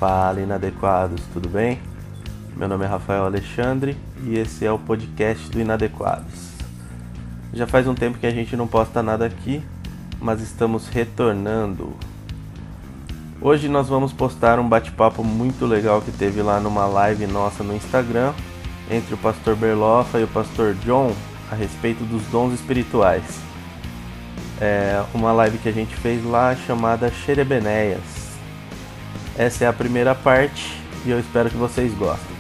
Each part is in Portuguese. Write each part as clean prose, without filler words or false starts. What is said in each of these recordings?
Fala, Inadequados, tudo bem? Meu nome é Rafael Alexandre e esse é o podcast do Inadequados. Já faz um tempo que a gente não posta nada aqui, mas estamos retornando. Hoje nós vamos postar um bate-papo muito legal que teve lá numa live nossa no Instagram entre o pastor Berlofa e o pastor John a respeito dos dons espirituais. É uma live que a gente fez lá chamada Xerebenéias. Essa é a primeira parte e eu espero que vocês gostem.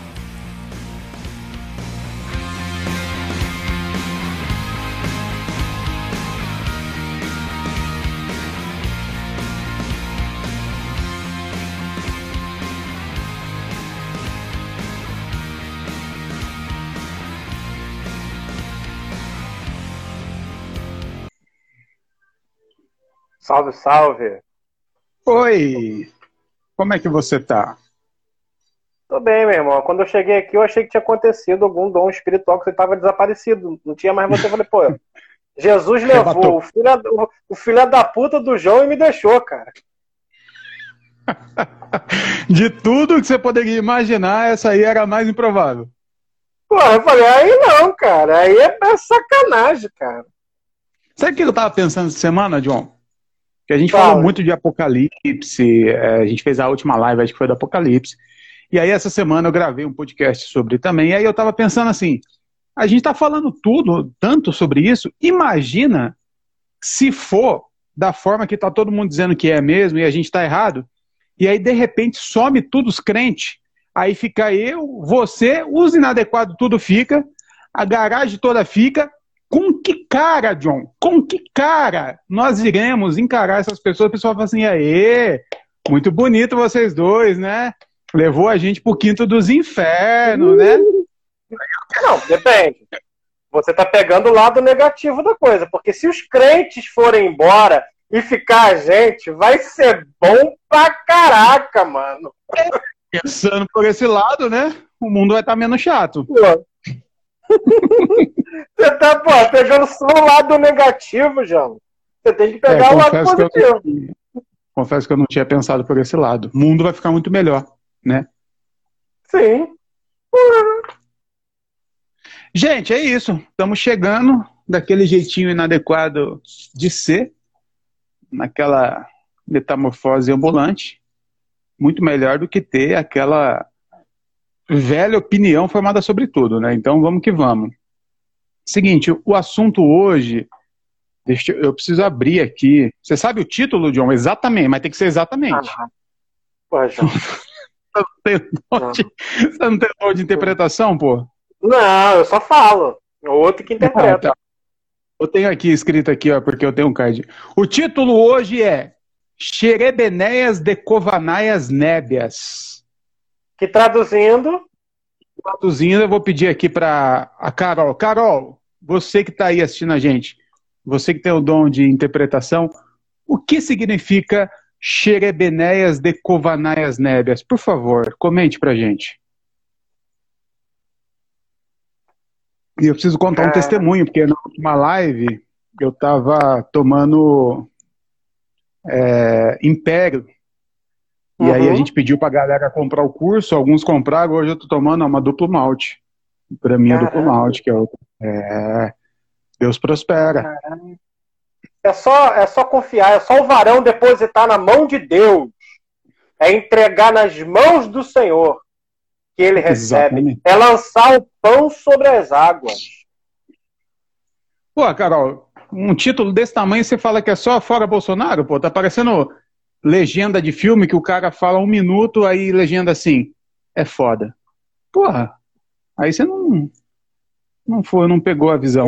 Salve, salve! Oi! Como é que você tá? Tô bem, meu irmão. Quando eu cheguei aqui, eu achei que tinha acontecido algum dom espiritual, que você tava desaparecido. Não tinha mais você. Eu falei, pô, Jesus levou o filho da puta do João e me deixou, cara. De tudo que você poderia imaginar, essa aí era a mais improvável. Pô, eu falei, aí não, cara. Aí é sacanagem, cara. Sabe o que eu tava pensando essa semana, John? Que a gente falou muito de Apocalipse, a gente fez a última live, acho que foi do Apocalipse, e aí essa semana eu gravei um podcast sobre também, e aí eu tava pensando assim, a gente tá falando tanto sobre isso, imagina se for da forma que tá todo mundo dizendo que é mesmo, e a gente tá errado, e aí de repente some tudo os crentes, aí fica eu, você, os inadequados tudo fica, a garagem toda fica. Com que cara, John? Com que cara nós iremos encarar essas pessoas? O pessoal fala assim, aê, muito bonito vocês dois, né? Levou a gente pro quinto dos infernos, né? Não, depende. Você tá pegando o lado negativo da coisa, porque se os crentes forem embora e ficar a gente, vai ser bom pra caraca, mano. Pensando por esse lado, né? O mundo vai estar menos chato. Pô. Você tá, pegando só o lado negativo, João. Você tem que pegar o lado positivo. Confesso que eu não tinha pensado por esse lado. O mundo vai ficar muito melhor, né? Sim. Gente, é isso. Estamos chegando daquele jeitinho inadequado de ser, naquela metamorfose ambulante. Muito melhor do que ter aquela velha opinião formada sobre tudo, né? Então vamos que vamos. Seguinte, o assunto hoje, eu preciso abrir aqui. Você sabe o título, John? Exatamente, mas tem que ser exatamente. Pô, João. Você não tem dom de interpretação, pô? Não, eu só falo. O outro que interpreta. Não, tá. Eu tenho aqui escrito aqui, ó, porque eu tenho um card. O título hoje é Xerebenéias Decovanaias Nébias. Que traduzindo, eu vou pedir aqui para a Carol. Carol, você que está aí assistindo a gente, você que tem o dom de interpretação, o que significa Xerebenéias Decovanaias Nébias? Por favor, comente para a gente. E eu preciso contar um testemunho, porque na última live eu estava tomando Império. E aí a gente pediu pra galera comprar o curso, alguns compraram, hoje eu tô tomando uma duplo malte. Pra mim é duplo malte, que é outra. Deus prospera. é só confiar, é só o varão depositar na mão de Deus. É entregar nas mãos do Senhor que ele recebe. Exatamente. É lançar o pão sobre as águas. Pô, Carol, um título desse tamanho você fala que é só fora Bolsonaro? Pô, tá parecendo legenda de filme que o cara fala 1 minuto, aí legenda assim, é foda. Porra, aí você não pegou a visão.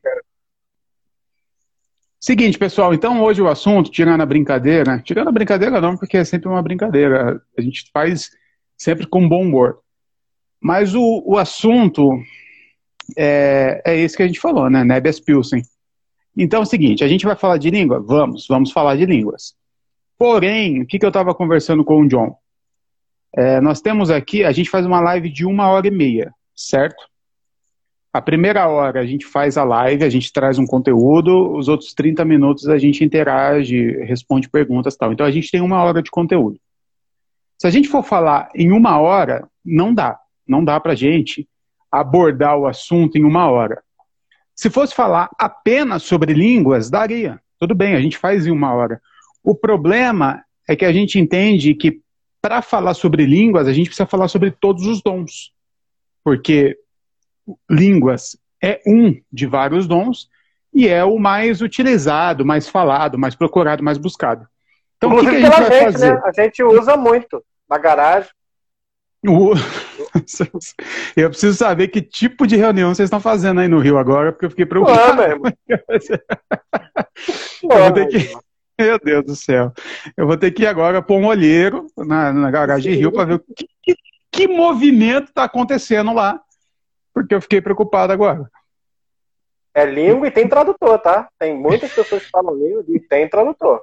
Seguinte, pessoal, então hoje o assunto, tirando a brincadeira não, porque é sempre uma brincadeira, a gente faz sempre com bom humor. Mas o assunto é esse que a gente falou, né, Nébias Pilsen. Então é o seguinte, a gente vai falar de língua? Vamos falar de línguas. Porém, o que eu estava conversando com o John? Nós temos aqui, a gente faz uma live de 1h30, certo? A primeira hora a gente faz a live, a gente traz um conteúdo, os outros 30 minutos a gente interage, responde perguntas e tal. Então a gente tem 1 hora de conteúdo. Se a gente for falar em 1 hora, não dá. Não dá pra gente abordar o assunto em 1 hora. Se fosse falar apenas sobre línguas, daria. Tudo bem, a gente faz em 1 hora. O problema é que a gente entende que para falar sobre línguas, a gente precisa falar sobre todos os dons. Porque línguas é um de vários dons e é o mais utilizado, mais falado, mais procurado, mais buscado. Então, inclusive o que a gente vai fazer? Né? A gente usa muito na garagem. Eu preciso saber que tipo de reunião vocês estão fazendo aí no Rio agora, porque eu fiquei preocupado. Eu vou ter que... Meu Deus do céu. Eu vou ter que ir agora pôr um olheiro na garagem de Rio para ver o que movimento está acontecendo lá, porque eu fiquei preocupado agora. É língua e tem tradutor, tá? Tem muitas pessoas que falam língua e tem tradutor.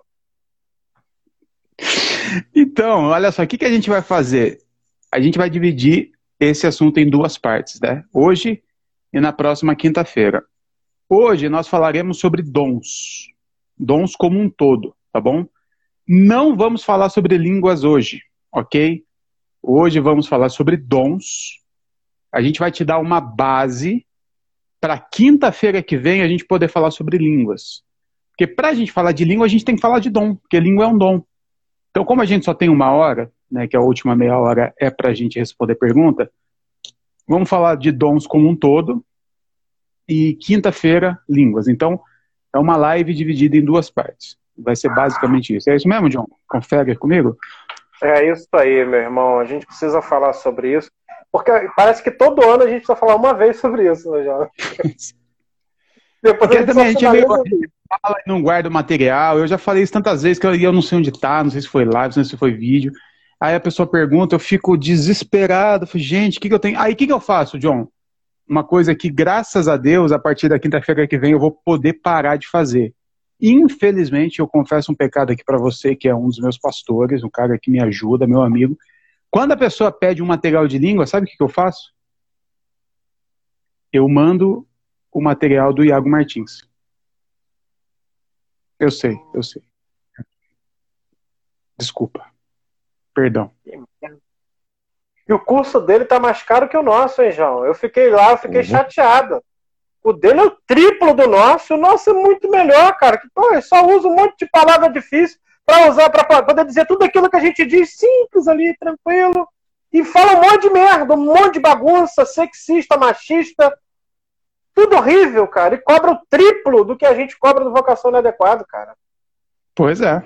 Então, olha só, o que a gente vai fazer? A gente vai dividir esse assunto em 2 partes, né? Hoje e na próxima quinta-feira. Hoje nós falaremos sobre dons. Dons como um todo, tá bom? Não vamos falar sobre línguas hoje, ok? Hoje vamos falar sobre dons. A gente vai te dar uma base para quinta-feira que vem a gente poder falar sobre línguas. Porque para a gente falar de língua, a gente tem que falar de dom, porque língua é um dom. Então, como a gente só tem 1 hora, né, que a última meia hora é para a gente responder pergunta, vamos falar de dons como um todo e quinta-feira, línguas. Então, é uma live dividida em 2 partes. Vai ser basicamente isso. É isso mesmo, John? Confere comigo? É isso aí, meu irmão. A gente precisa falar sobre isso, porque parece que todo ano a gente precisa falar uma vez sobre isso, né, João? Depois porque também a gente fala e não guarda o material. Eu já falei isso tantas vezes que eu não sei onde tá, não sei se foi live, não sei se foi vídeo. Aí a pessoa pergunta, eu fico desesperado. Eu falo, gente, o que eu tenho? Aí o que eu faço, John? Uma coisa que, graças a Deus, a partir da quinta-feira que vem eu vou poder parar de fazer. Infelizmente, eu confesso um pecado aqui para você, que é um dos meus pastores, um cara que me ajuda, meu amigo. Quando a pessoa pede um material de língua, sabe o que eu faço? Eu mando o material do Iago Martins. Eu sei. Desculpa. Perdão. E o curso dele tá mais caro que o nosso, hein, João? Eu fiquei lá, eu fiquei chateado. O dele é o triplo do nosso. O nosso é muito melhor, cara. Eu só uso um monte de palavra difícil para usar, para poder dizer tudo aquilo que a gente diz simples ali, tranquilo. E fala um monte de merda, um monte de bagunça, sexista, machista. Tudo horrível, cara. E cobra o triplo do que a gente cobra no Vocação Inadequado, cara. Pois é.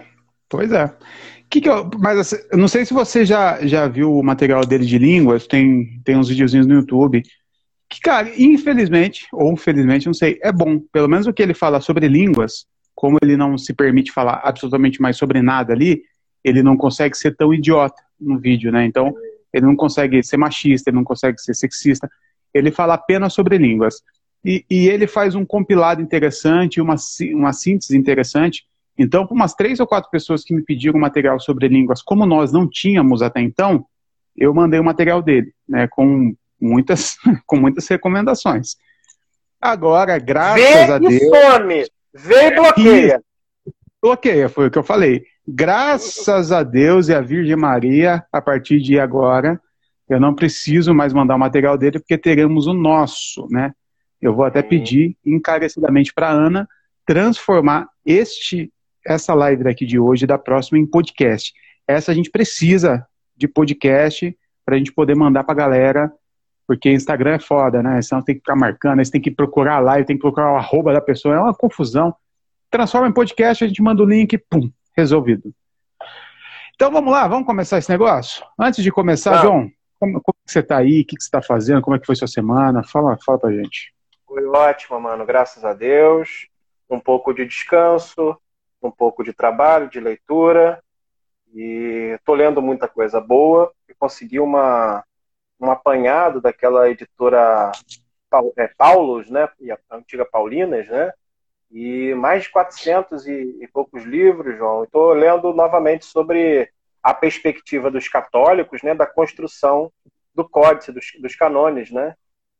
Mas eu não sei se você já viu o material dele de línguas, tem uns videozinhos no YouTube, que, cara, infelizmente, ou felizmente, não sei, é bom. Pelo menos o que ele fala sobre línguas, como ele não se permite falar absolutamente mais sobre nada ali, ele não consegue ser tão idiota no vídeo, né? Então, ele não consegue ser machista, ele não consegue ser sexista, ele fala apenas sobre línguas. E ele faz um compilado interessante, uma síntese interessante. Então, para umas 3 ou 4 pessoas que me pediram material sobre línguas, como nós não tínhamos até então, eu mandei o material dele, né, com muitas recomendações. Agora, graças a Deus... Vê e bloqueia. Bloqueia, foi o que eu falei. Graças a Deus e a Virgem Maria, a partir de agora, eu não preciso mais mandar o material dele, porque teremos o nosso, né? Eu vou até pedir encarecidamente para a Ana transformar essa live daqui de hoje, da próxima, em podcast. Essa a gente precisa de podcast para a gente poder mandar para a galera, porque Instagram é foda, né? Senão tem que ficar marcando, aí você tem que procurar a live, tem que procurar o arroba da pessoa, é uma confusão. Transforma em podcast, a gente manda o link, pum, resolvido. Então vamos lá, vamos começar esse negócio? Antes de começar, João, como que você está aí, o que você está fazendo, como é que foi sua semana? Fala pra gente. Foi ótimo, mano, graças a Deus. Um pouco de descanso, um pouco de trabalho, de leitura, e tô lendo muita coisa boa, e consegui um apanhado daquela editora Paulus, né, a antiga Paulinas, né, e mais de 400 e poucos livros, João. Estou lendo novamente sobre a perspectiva dos católicos, né, da construção do códice, dos canones, né,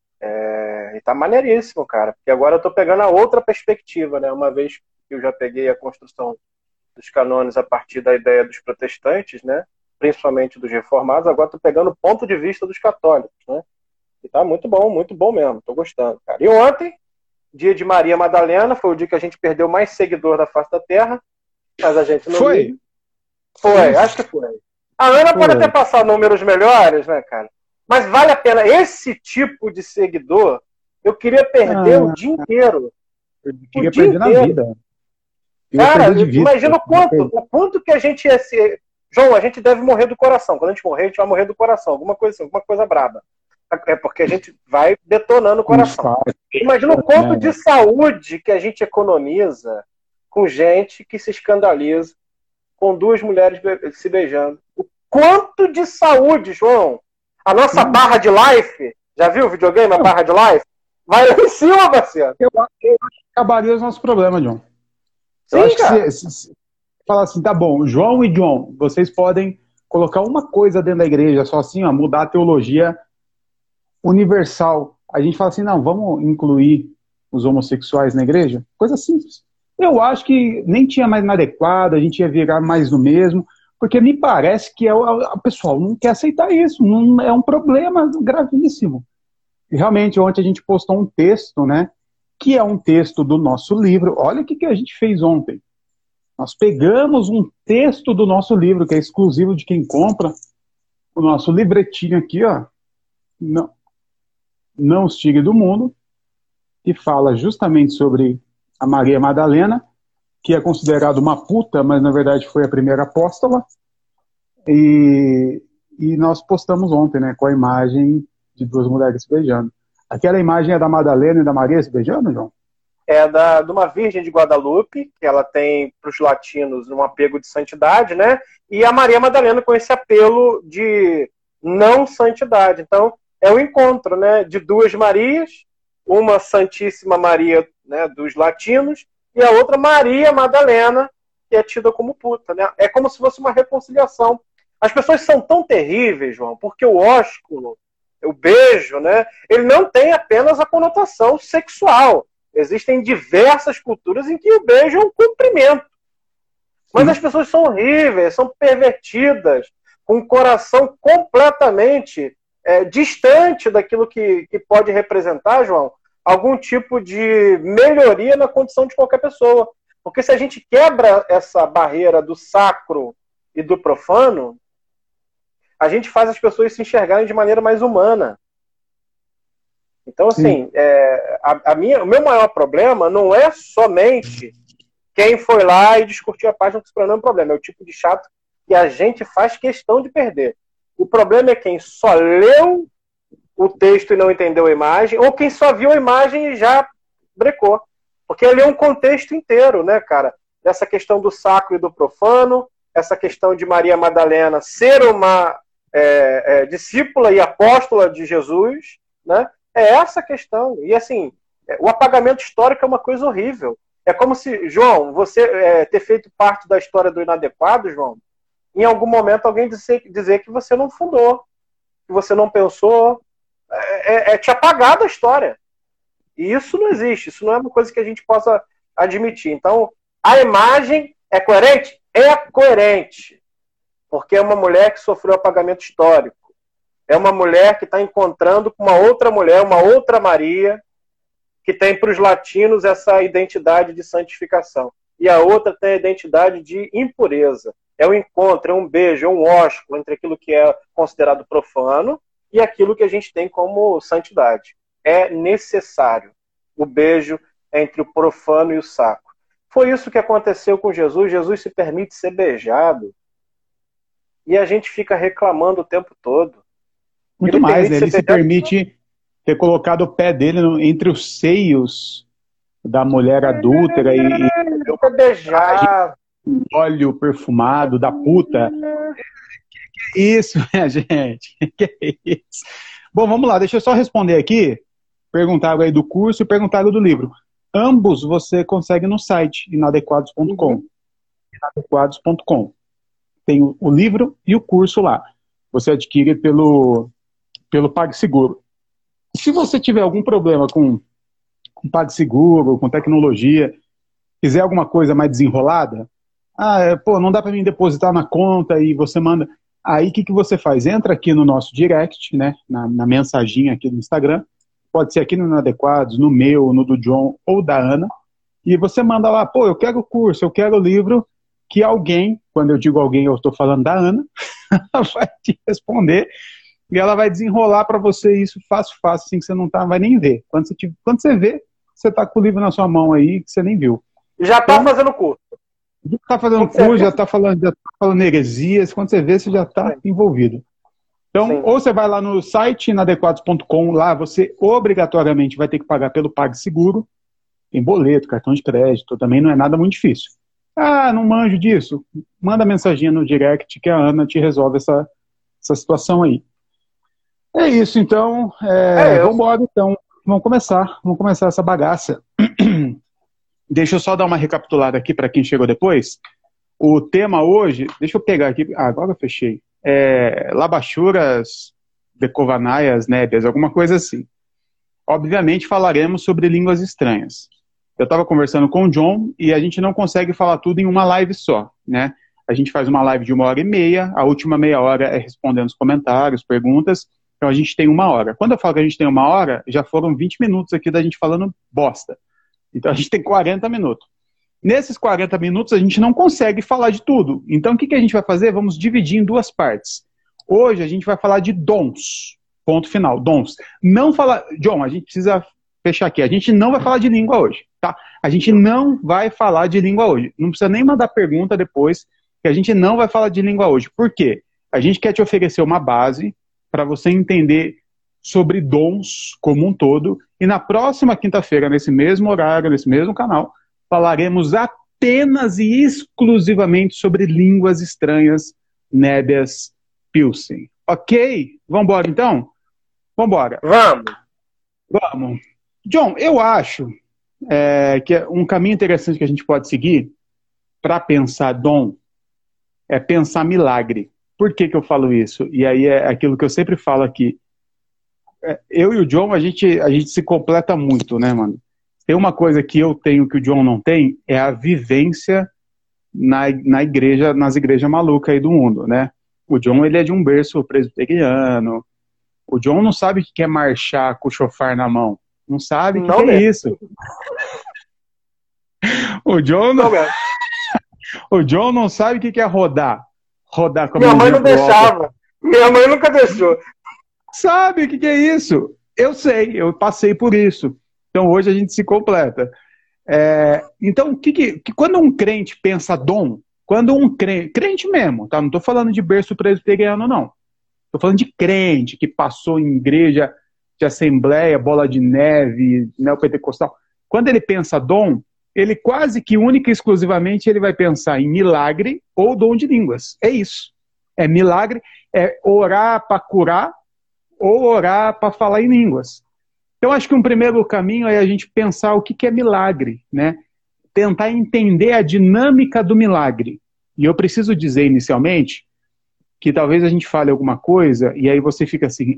e tá maneiríssimo, cara, porque agora eu tô pegando a outra perspectiva, né, uma vez que eu já peguei a construção dos canones a partir da ideia dos protestantes, né, principalmente dos reformados, agora estou pegando o ponto de vista dos católicos, né? E tá muito bom mesmo, estou gostando, cara. E ontem, dia de Maria Madalena, foi o dia que a gente perdeu mais seguidor da face da Terra, mas a gente não Foi? viu. Foi, acho que foi. A Ana pode até passar números melhores, né, cara? Mas vale a pena. Esse tipo de seguidor, eu queria perder o dia inteiro. Eu queria perder na vida. Cara, imagina o quanto que a gente ia ser... João, a gente deve morrer do coração. Quando a gente morrer, a gente vai morrer do coração. Alguma coisa assim, alguma coisa braba. É porque a gente vai detonando o coração. Imagina o quanto de saúde que a gente economiza com gente que se escandaliza com duas mulheres se beijando. O quanto de saúde, João! A nossa barra de life, já viu o videogame, a barra de life? Vai lá em cima, parceiro. Eu acho que acabaria os nossos problemas, John. Sim, eu acho que se falar assim, tá bom, João e John, vocês podem colocar uma coisa dentro da igreja, só assim, ó, mudar a teologia universal. A gente fala assim, não, vamos incluir os homossexuais na igreja? Coisa simples. Eu acho que nem tinha mais nada adequado, a gente ia virar mais no mesmo, porque me parece que o pessoal não quer aceitar isso, não, é um problema gravíssimo. E realmente, ontem a gente postou um texto, né, que é um texto do nosso livro. Olha o que a gente fez ontem. Nós pegamos um texto do nosso livro, que é exclusivo de quem compra, o nosso livretinho aqui, ó, Não os Tigres do Mundo, que fala justamente sobre a Maria Madalena, que é considerada uma puta, mas na verdade foi a primeira apóstola. E nós postamos ontem, né, com a imagem de duas mulheres se beijando. Aquela imagem é da Madalena e da Maria se beijando, João? É de uma Virgem de Guadalupe, que ela tem para os latinos um apego de santidade, né? E a Maria Madalena com esse apelo de não santidade. Então, é o encontro, né, de duas Marias, uma Santíssima Maria, né, dos latinos, e a outra Maria Madalena, que é tida como puta, né? É como se fosse uma reconciliação. As pessoas são tão terríveis, João, porque o ósculo, o beijo, né, ele não tem apenas a conotação sexual. Existem diversas culturas em que o beijo é um cumprimento. Mas as pessoas são horríveis, são pervertidas, com o coração completamente distante daquilo que pode representar, João, algum tipo de melhoria na condição de qualquer pessoa. Porque se a gente quebra essa barreira do sacro e do profano, a gente faz as pessoas se enxergarem de maneira mais humana. Então, assim, o meu maior problema não é somente quem foi lá e discutiu a página, que isso não é um problema. É o tipo de chato que a gente faz questão de perder. O problema é quem só leu o texto e não entendeu a imagem, ou quem só viu a imagem e já brecou. Porque ele é um contexto inteiro, né, cara? Essa questão do sacro e do profano, essa questão de Maria Madalena ser uma discípula e apóstola de Jesus, né? É essa questão. E, assim, o apagamento histórico é uma coisa horrível. É como se, João, você ter feito parte da história do inadequado, João, em algum momento alguém dizer que você não fundou, que você não pensou, te apagar da história. E isso não existe, isso não é uma coisa que a gente possa admitir. Então, a imagem é coerente? É coerente. Porque é uma mulher que sofreu apagamento histórico. É uma mulher que está encontrando com uma outra mulher, uma outra Maria, que tem para os latinos essa identidade de santificação. E a outra tem a identidade de impureza. É um encontro, é um beijo, é um ósculo entre aquilo que é considerado profano e aquilo que a gente tem como santidade. É necessário o beijo entre o profano e o sacro. Foi isso que aconteceu com Jesus. Jesus se permite ser beijado. E a gente fica reclamando o tempo todo. Muito mais, né? Ele se permite ter colocado o pé dele entre os seios da mulher adúltera e beijar. Óleo perfumado da puta. Que isso, minha gente? Que isso? Bom, vamos lá, deixa eu só responder aqui. Perguntaram aí do curso e perguntaram do livro. Ambos você consegue no site inadequados.com. Inadequados.com. Tem o livro e o curso lá. Você adquire pelo PagSeguro. Se você tiver algum problema com PagSeguro, com tecnologia, quiser alguma coisa mais desenrolada, não dá para mim depositar na conta e você manda. Aí o que você faz? Entra aqui no nosso direct, né, na mensaginha aqui do Instagram, pode ser aqui no Inadequados, no meu, no do John ou da Ana, e você manda lá, pô, eu quero o curso, eu quero o livro, que alguém, quando eu digo alguém, eu estou falando da Ana, ela vai te responder e ela vai desenrolar para você isso fácil, assim, que você não vai nem ver. Quando você vê, você está com o livro na sua mão aí, que você nem viu. Já está fazendo curso. Já está fazendo curso, já está falando heresias, quando você vê, você já está envolvido. Então, sim, ou você vai lá no site inadequados.com, lá você obrigatoriamente vai ter que pagar pelo PagSeguro, tem boleto, cartão de crédito, também não é nada muito difícil. Ah, não manjo disso. Manda mensaginha no direct que a Ana te resolve essa situação aí. É isso, então. Vamos embora, então. Vamos começar essa bagaça. Deixa eu só dar uma recapitulada aqui para quem chegou depois. O tema hoje, deixa eu pegar aqui. Ah, agora eu fechei. Labachuras, decovanaias, nébias, alguma coisa assim. Obviamente falaremos sobre línguas estranhas. Eu estava conversando com o John e a gente não consegue falar tudo em uma live só, né? A gente faz uma live de 1h30, a última meia hora é respondendo os comentários, perguntas, então a gente tem 1 hora. Quando eu falo que a gente tem 1 hora, já foram 20 minutos aqui da gente falando bosta. Então a gente tem 40 minutos. Nesses 40 minutos a gente não consegue falar de tudo. Então o que a gente vai fazer? Vamos dividir em 2 partes. Hoje a gente vai falar de dons. Ponto final, dons. Não falar... John, a gente precisa fechar aqui. A gente não vai falar de língua hoje, tá? A gente não vai falar de língua hoje. Não precisa nem mandar pergunta depois, que a gente não vai falar de língua hoje. Por quê? A gente quer te oferecer uma base para você entender sobre dons como um todo. E na próxima quinta-feira, nesse mesmo horário, nesse mesmo canal, falaremos apenas e exclusivamente sobre línguas estranhas, nébias, pilsen. Ok? Vamos embora, então? Vamos embora. Vamos. John, eu acho que um caminho interessante que a gente pode seguir para pensar dom é pensar milagre. Por que eu falo isso? E aí é aquilo que eu sempre falo aqui. Eu e o John, a gente se completa muito, né, mano? Tem uma coisa que eu tenho que o John não tem, é a vivência nas igrejas malucas aí do mundo, né? O John, ele é de um berço presbiteriano. O John não sabe o que é marchar com o chofar na mão. Não sabe o que é isso. O John não... O John não sabe o que é rodar. Rodar com a minha mãe não deixava. Minha mãe nunca deixou. Sabe o que é isso? Eu sei, eu passei por isso. Então hoje a gente se completa. Então, quando um crente pensa dom, quando um crente mesmo, tá? Não estou falando de berço presbiteriano, não. Estou falando de crente que passou em igreja de assembleia, bola de neve, neopentecostal. Quando ele pensa dom, ele quase que única e exclusivamente ele vai pensar em milagre ou dom de línguas. É isso. É milagre, é orar para curar ou orar para falar em línguas. Então, acho que um primeiro caminho é a gente pensar o que é milagre, né? Tentar entender a dinâmica do milagre. E eu preciso dizer inicialmente que talvez a gente fale alguma coisa e aí você fica assim,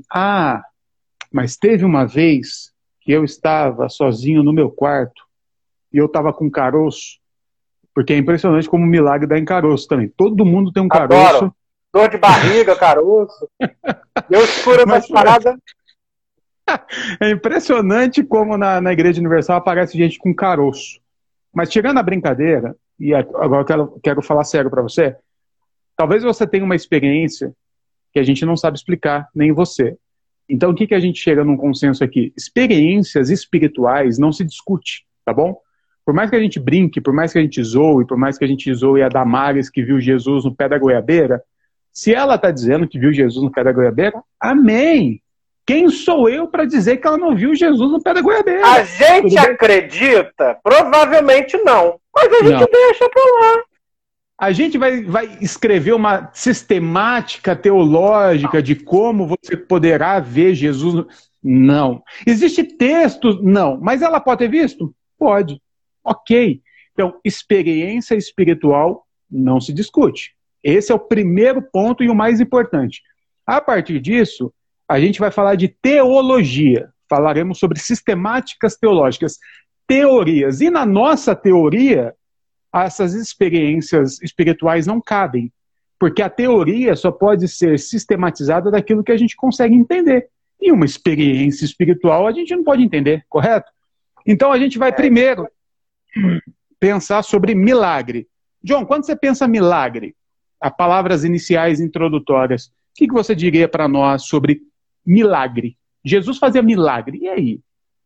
mas teve uma vez que eu estava sozinho no meu quarto e eu estava com caroço, porque é impressionante como o milagre dá em caroço também. Todo mundo tem um caroço. Adoro. Dor de barriga, caroço. Deus cura essas paradas. É impressionante como na Igreja Universal aparece gente com caroço. Mas tirando a brincadeira, e agora eu quero falar sério para você, talvez você tenha uma experiência que a gente não sabe explicar, nem você. Então o que a gente chega num consenso aqui? Experiências espirituais não se discute, tá bom? Por mais que a gente brinque, por mais que a gente zoe, por mais que a gente zoe a Damares que viu Jesus no pé da goiabeira, se ela está dizendo que viu Jesus no pé da goiabeira, amém! Quem sou eu para dizer que ela não viu Jesus no pé da goiabeira? A gente acredita? Provavelmente não. Mas a gente deixa para lá. A gente vai escrever uma sistemática teológica de como você poderá ver Jesus. Não. Existe texto? Não. Mas ela pode ter visto? Pode. Ok. Então, experiência espiritual não se discute. Esse é o primeiro ponto e o mais importante. A partir disso, a gente vai falar de teologia. Falaremos sobre sistemáticas teológicas, teorias. E na nossa teoria, essas experiências espirituais não cabem. Porque a teoria só pode ser sistematizada daquilo que a gente consegue entender. E uma experiência espiritual a gente não pode entender, correto? Então a gente vai primeiro pensar sobre milagre. John, quando você pensa milagre, as palavras iniciais introdutórias, o que você diria para nós sobre milagre? Jesus fazia milagre, e aí?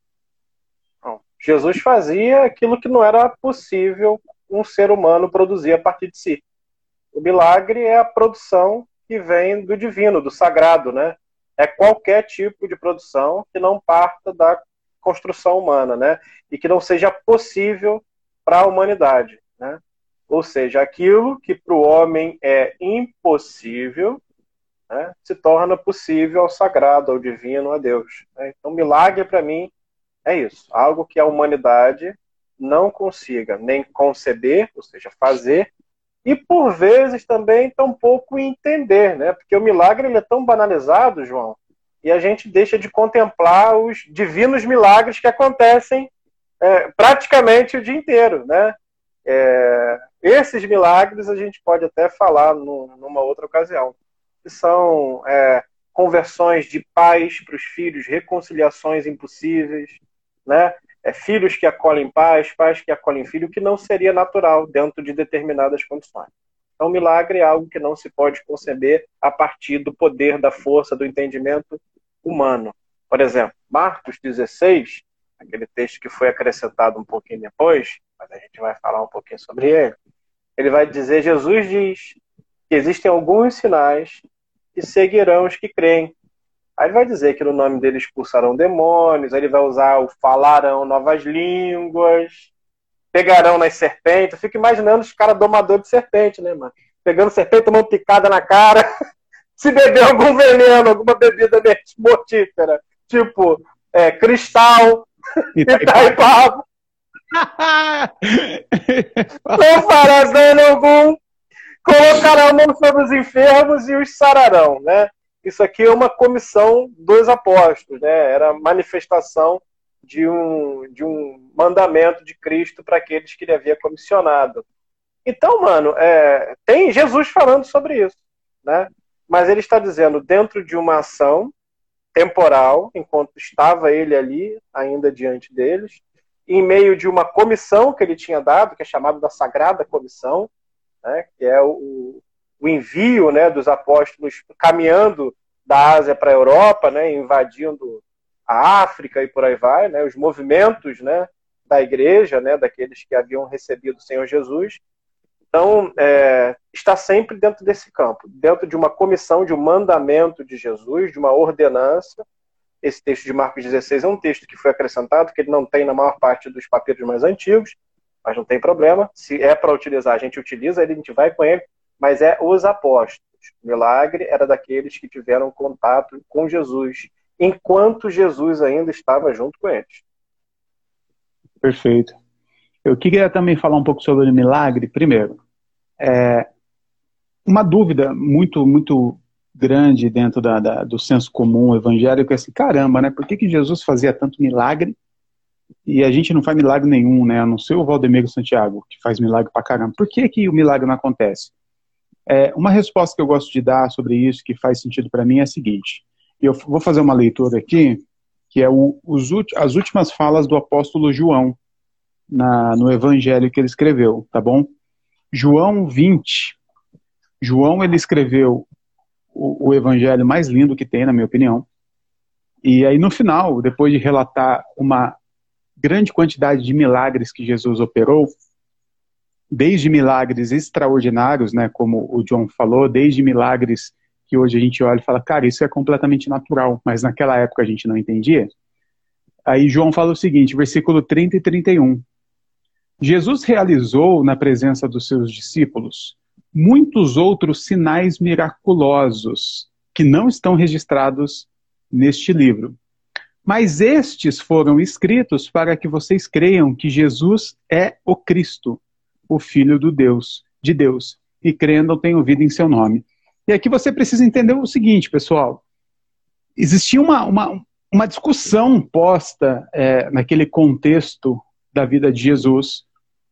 Bom, Jesus fazia aquilo que não era possível um ser humano produzir a partir de si. O milagre é a produção que vem do divino, do sagrado, né? É qualquer tipo de produção que não parta da construção humana, né? E que não seja possível para a humanidade, né? Ou seja, aquilo que para o homem é impossível, né, se torna possível ao sagrado, ao divino, a Deus, né? Então, milagre para mim é isso, algo que a humanidade não consiga nem conceber, ou seja, fazer, e por vezes também tampouco entender, né? Porque o milagre ele é tão banalizado, João, e a gente deixa de contemplar os divinos milagres que acontecem praticamente o dia inteiro, né? Esses milagres a gente pode até falar numa outra ocasião, que são conversões de pais para os filhos, reconciliações impossíveis, né? Filhos que acolhem pais que acolhem filho, que não seria natural dentro de determinadas condições. Então, milagre é algo que não se pode conceber a partir do poder, da força, do entendimento humano. Por exemplo, Marcos 16, aquele texto que foi acrescentado um pouquinho depois, mas a gente vai falar um pouquinho sobre ele vai dizer, Jesus diz que existem alguns sinais que seguirão os que creem. Aí ele vai dizer que no nome dele expulsarão demônios, aí ele vai usar o falarão novas línguas, pegarão nas serpentes. Eu fico imaginando os caras domadores de serpente, né, mano? Pegando serpente, tomando picada na cara, se beber algum veneno, alguma bebida mortífera, tipo cristal, Itaipava. Não fará dano algum, colocará a mão sobre os enfermos e os sararão, né? Isso aqui é uma comissão dos apóstolos, né? Era a manifestação de um mandamento de Cristo para aqueles que ele havia comissionado. Então, mano, tem Jesus falando sobre isso, né? Mas ele está dizendo dentro de uma ação temporal, enquanto estava ele ali, ainda diante deles, em meio de uma comissão que ele tinha dado, que é chamada da Sagrada Comissão, né? Que é o envio, né, dos apóstolos caminhando da Ásia para a Europa, né, invadindo a África e por aí vai, né, os movimentos, né, da igreja, né, daqueles que haviam recebido o Senhor Jesus. Então, está sempre dentro desse campo, dentro de uma comissão, de um mandamento de Jesus, de uma ordenança. Esse texto de Marcos 16 é um texto que foi acrescentado, que ele não tem na maior parte dos papiros mais antigos, mas não tem problema. Se é para utilizar, a gente utiliza, a gente vai com ele, mas é os apóstolos. O milagre era daqueles que tiveram contato com Jesus, enquanto Jesus ainda estava junto com eles. Perfeito. Eu queria também falar um pouco sobre o milagre. Primeiro, uma dúvida muito, muito grande dentro do senso comum evangélico é assim, caramba, né? Por que Jesus fazia tanto milagre e a gente não faz milagre nenhum, né? A não ser o Valdemiro Santiago, que faz milagre pra caramba. Por que o milagre não acontece? Uma resposta que eu gosto de dar sobre isso, que faz sentido para mim, é a seguinte. Eu vou fazer uma leitura aqui, que é as últimas falas do apóstolo João, no evangelho que ele escreveu, tá bom? João 20. João, ele escreveu o evangelho mais lindo que tem, na minha opinião. E aí, no final, depois de relatar uma grande quantidade de milagres que Jesus operou, desde milagres extraordinários, né, como o John falou, desde milagres que hoje a gente olha e fala, cara, isso é completamente natural, mas naquela época a gente não entendia. Aí João fala o seguinte, versículo 30 e 31. Jesus realizou, na presença dos seus discípulos, muitos outros sinais miraculosos que não estão registrados neste livro. Mas estes foram escritos para que vocês creiam que Jesus é o Cristo, o Filho de Deus, e crendo tenham vida em seu nome. E aqui você precisa entender o seguinte, pessoal. Existia uma discussão posta naquele contexto da vida de Jesus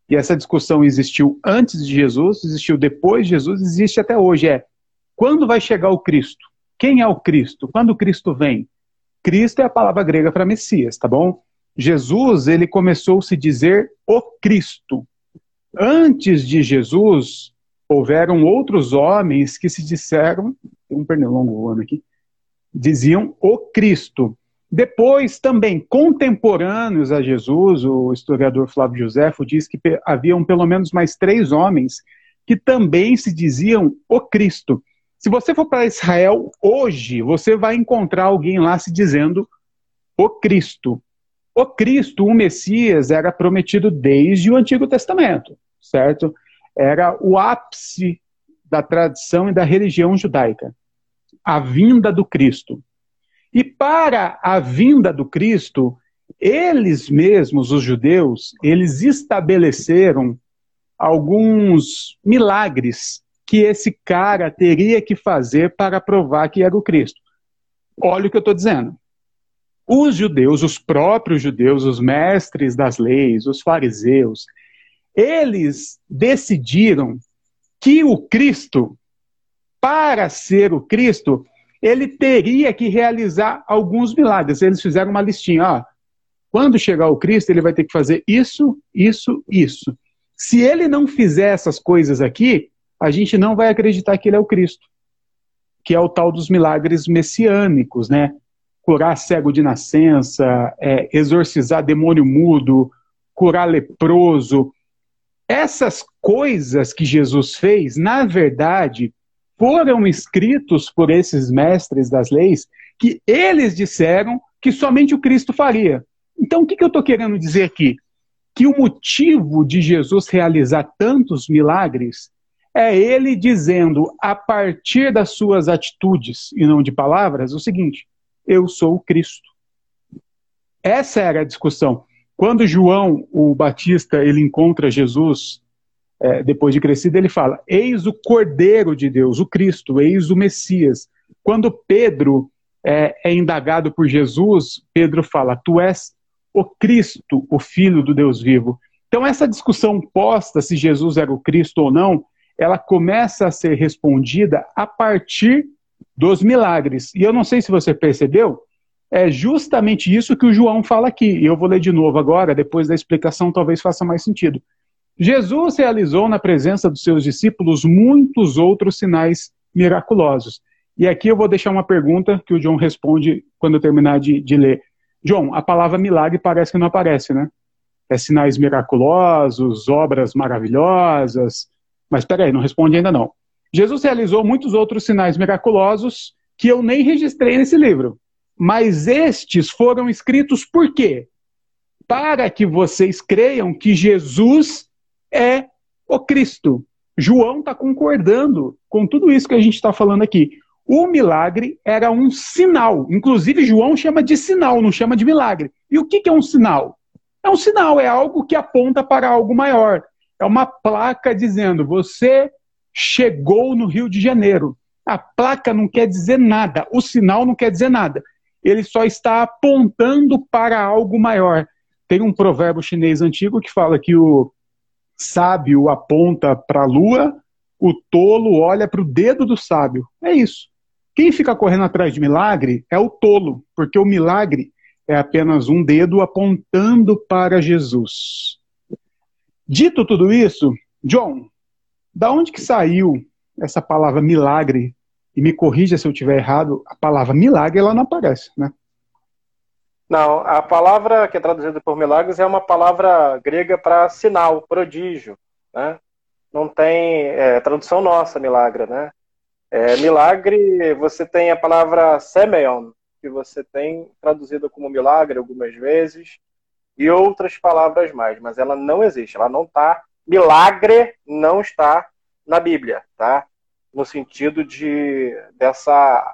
e essa discussão existiu antes de Jesus, existiu depois de Jesus, existe até hoje, quando vai chegar o Cristo? Quem é o Cristo? Quando o Cristo vem? Cristo é a palavra grega para Messias, tá bom? Jesus, ele começou a se dizer o Cristo. Antes de Jesus, houveram outros homens que se disseram, tem um pernilongo voando aqui, diziam o Cristo. Depois, também, contemporâneos a Jesus, o historiador Flávio Joséfo diz que haviam pelo menos mais 3 homens que também se diziam o Cristo. Se você for para Israel hoje, você vai encontrar alguém lá se dizendo o Cristo. O Cristo, o Messias, era prometido desde o Antigo Testamento, certo? Era o ápice da tradição e da religião judaica. A vinda do Cristo. E para a vinda do Cristo, eles mesmos, os judeus, eles estabeleceram alguns milagres que esse cara teria que fazer para provar que era o Cristo. Olha o que eu estou dizendo. Os judeus, os próprios judeus, os mestres das leis, os fariseus, eles decidiram que o Cristo, para ser o Cristo, ele teria que realizar alguns milagres. Eles fizeram uma listinha. Quando chegar o Cristo, ele vai ter que fazer isso, isso, isso. Se ele não fizer essas coisas aqui, a gente não vai acreditar que ele é o Cristo, que é o tal dos milagres messiânicos, né? Curar cego de nascença, exorcizar demônio mudo, curar leproso. Essas coisas que Jesus fez, na verdade, foram escritos por esses mestres das leis, que eles disseram que somente o Cristo faria. Então, o que eu estou querendo dizer aqui? Que o motivo de Jesus realizar tantos milagres é ele dizendo, a partir das suas atitudes e não de palavras, o seguinte: eu sou o Cristo. Essa era a discussão. Quando João, o Batista, ele encontra Jesus, depois de crescido, ele fala, eis o Cordeiro de Deus, o Cristo, eis o Messias. Quando Pedro é indagado por Jesus, Pedro fala, tu és o Cristo, o Filho do Deus vivo. Então essa discussão posta se Jesus era o Cristo ou não, ela começa a ser respondida a partir dos milagres. E eu não sei se você percebeu, é justamente isso que o João fala aqui. E eu vou ler de novo agora, depois da explicação talvez faça mais sentido. Jesus realizou na presença dos seus discípulos muitos outros sinais miraculosos. E aqui eu vou deixar uma pergunta que o John responde quando eu terminar de ler. John, a palavra milagre parece que não aparece, né? É sinais miraculosos, obras maravilhosas. Mas espera aí, não responde ainda não. Jesus realizou muitos outros sinais miraculosos que eu nem registrei nesse livro. Mas estes foram escritos por quê? Para que vocês creiam que Jesus é o Cristo. João está concordando com tudo isso que a gente está falando aqui. O milagre era um sinal. Inclusive, João chama de sinal, não chama de milagre. E o que é um sinal? É um sinal, é algo que aponta para algo maior. É uma placa dizendo, você chegou no Rio de Janeiro. A placa não quer dizer nada, o sinal não quer dizer nada. Ele só está apontando para algo maior. Tem um provérbio chinês antigo que fala que o sábio aponta para a lua, o tolo olha para o dedo do sábio. É isso. Quem fica correndo atrás de milagre é o tolo, porque o milagre é apenas um dedo apontando para Jesus. Dito tudo isso, John, da onde que saiu essa palavra milagre? E me corrija se eu estiver errado, a palavra milagre ela não aparece, né? Não, a palavra que é traduzida por milagres é uma palavra grega para sinal, prodígio, né? Não tem tradução nossa, milagre, né? Milagre, você tem a palavra semeion, que você tem traduzida como milagre algumas vezes, e outras palavras mais, mas ela não existe, ela não está, milagre não está na Bíblia, tá? No sentido dessa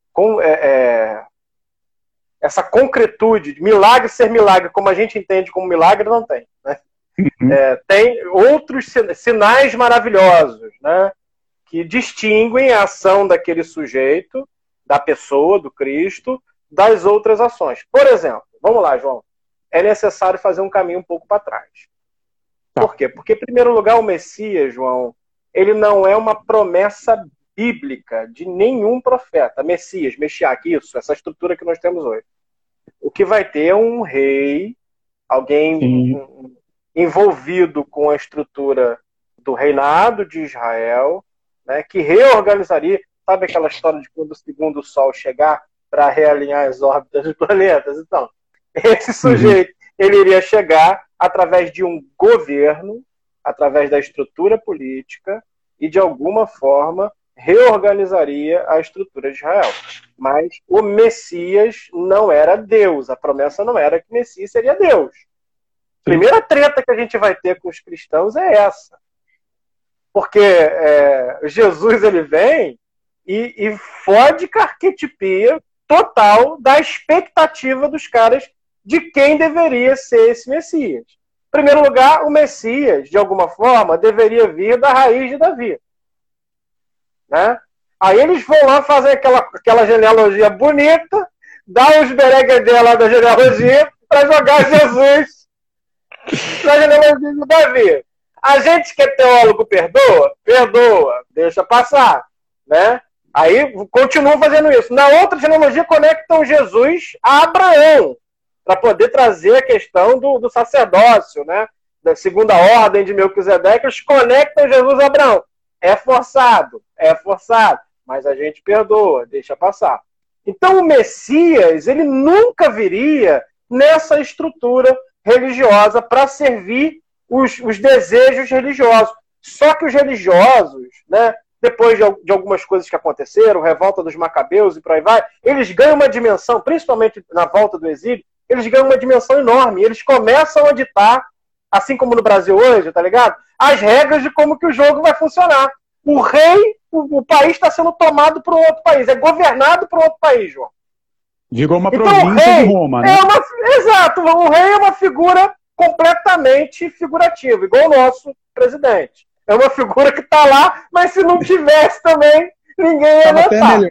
essa concretude, de milagre ser milagre, como a gente entende como milagre, não tem, né? Tem outros sinais maravilhosos, né? Que distinguem a ação daquele sujeito, da pessoa, do Cristo, das outras ações. Por exemplo, vamos lá, João, é necessário fazer um caminho um pouco para trás. Por quê? Porque, em primeiro lugar, o Messias, João, ele não é uma promessa bíblica de nenhum profeta. Messias, Meshiach, isso, essa estrutura que nós temos hoje. O que vai ter é um rei, alguém envolvido com a estrutura do reinado de Israel, né, que reorganizaria, sabe aquela história de quando o segundo sol chegar para realinhar as órbitas dos planetas? Então, esse sujeito, ele iria chegar através de um governo, através da estrutura política e, de alguma forma, reorganizaria a estrutura de Israel. Mas o Messias não era Deus. A promessa não era que o Messias seria Deus. A primeira treta que a gente vai ter com os cristãos é essa. Porque Jesus, ele vem e fode com a arquetipia total da expectativa dos caras de quem deveria ser esse Messias. Em primeiro lugar, o Messias, de alguma forma, deveria vir da raiz de Davi. Né? Aí eles vão lá fazer aquela genealogia bonita, dar os bereguedê lá da genealogia para jogar Jesus na genealogia de Davi. A gente que é teólogo perdoa? Perdoa, deixa passar. Né? Aí continuam fazendo isso. Na outra genealogia conectam Jesus a Abraão, para poder trazer a questão do sacerdócio, né? Da segunda ordem de Melquisedeque, eles conectam Jesus a Abraão. É forçado, mas a gente perdoa, deixa passar. Então o Messias, ele nunca viria nessa estrutura religiosa para servir os desejos religiosos. Só que os religiosos, né, depois de algumas coisas que aconteceram, revolta dos Macabeus e por aí vai, eles ganham uma dimensão, principalmente na volta do exílio, eles ganham uma dimensão enorme. Eles começam a ditar, assim como no Brasil hoje, tá ligado? As regras de como que o jogo vai funcionar. O rei, o país está sendo tomado por um outro país, é governado por outro país, João. Virou uma província de Roma, né? Exato, o rei é uma figura completamente figurativa, igual o nosso presidente. É uma figura que está lá, mas se não tivesse também, ninguém ia notar.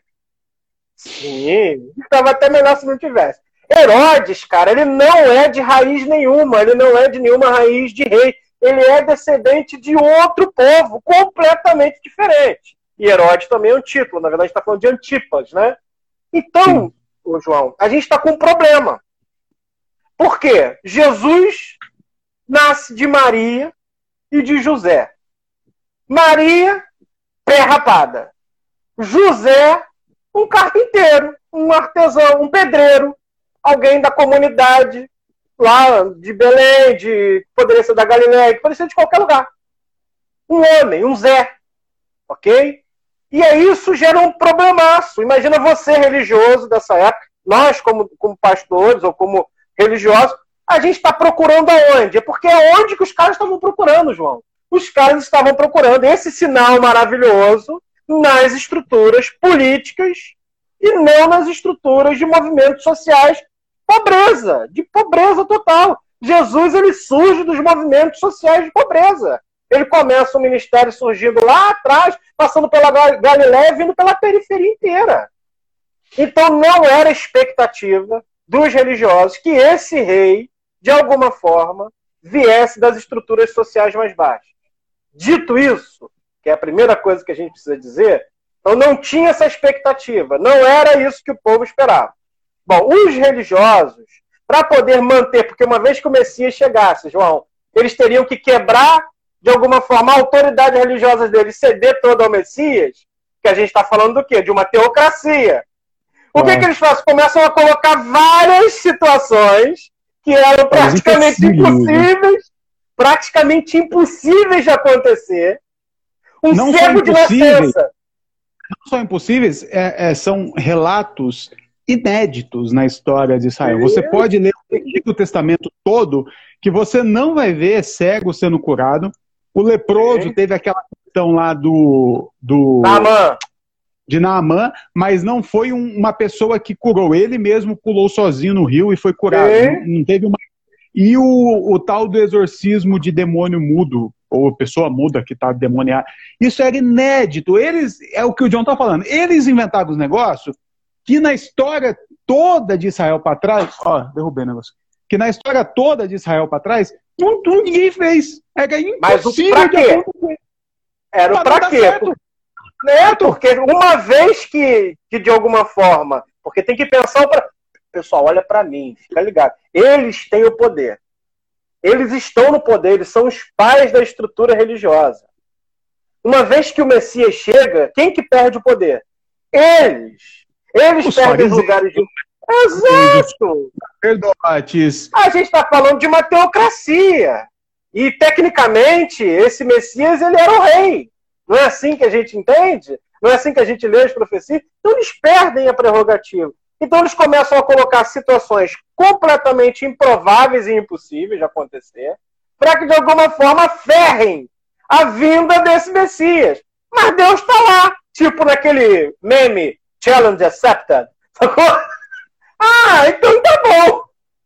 Sim, estava até melhor se não tivesse. Herodes, cara, ele não é de raiz nenhuma, ele não é de nenhuma raiz de rei. Ele é descendente de outro povo, completamente diferente. E Herodes também é um título, na verdade a gente está falando de Antipas, né? Então, ô João, a gente está com um problema. Por quê? Jesus nasce de Maria e de José. Maria, pé rapada. José, um carpinteiro, um artesão, um pedreiro, alguém da comunidade lá de Belém, poderia ser da Galileia, poderia ser de qualquer lugar. Um homem, um Zé. Ok? E aí isso gera um problemaço. Imagina você, religioso dessa época, nós como pastores ou como religiosos, a gente está procurando aonde? É porque é onde que os caras estavam procurando, João. Os caras estavam procurando esse sinal maravilhoso nas estruturas políticas e não nas estruturas de movimentos sociais. De pobreza total. Jesus, ele surge dos movimentos sociais de pobreza. Ele começa o ministério surgindo lá atrás, passando pela Galileia, vindo pela periferia inteira. Então não era expectativa dos religiosos que esse rei, de alguma forma, viesse das estruturas sociais mais baixas. Dito isso, que é a primeira coisa que a gente precisa dizer, então não tinha essa expectativa, não era isso que o povo esperava. Bom, os religiosos, para poder manter, porque uma vez que o Messias chegasse, João, eles teriam que quebrar, de alguma forma, a autoridade religiosa deles, ceder toda ao Messias, que a gente está falando do quê? De uma teocracia. O que eles fazem? Começam a colocar várias situações que eram praticamente impossíveis de acontecer. Não cego de nascença. Não são impossíveis, são relatos inéditos na história de Israel. Você pode ler o Antigo Testamento todo, que você não vai ver cego sendo curado. O leproso teve aquela questão lá de Naamã, mas não foi uma pessoa que curou. Ele mesmo pulou sozinho no rio e foi curado. Não teve uma... E o tal do exorcismo de demônio mudo, ou pessoa muda que está demoniada, isso era inédito. É o que o John está falando. Eles inventaram os negócios que na história toda de Israel para trás, derrubei o negócio, que na história toda de Israel para trás, Ninguém fez. Era impossível. Mas o pra quê? Era o pra quê? Porque uma vez que de alguma forma, porque tem que pensar pessoal, olha para mim, fica ligado. Eles têm o poder. Eles estão no poder, eles são os pais da estrutura religiosa. Uma vez que o Messias chega, quem que perde o poder? Eles perdem os lugares de... Exato! Sacerdotes. A gente está falando de uma teocracia. E, tecnicamente, esse Messias, ele era o rei. Não é assim que a gente entende? Não é assim que a gente lê as profecias? Então, eles perdem a prerrogativa. Então, eles começam a colocar situações completamente improváveis e impossíveis de acontecer, para que, de alguma forma, ferrem a vinda desse Messias. Mas Deus está lá, tipo naquele meme, Challenge Accepted. Sacou? Ah, então tá bom.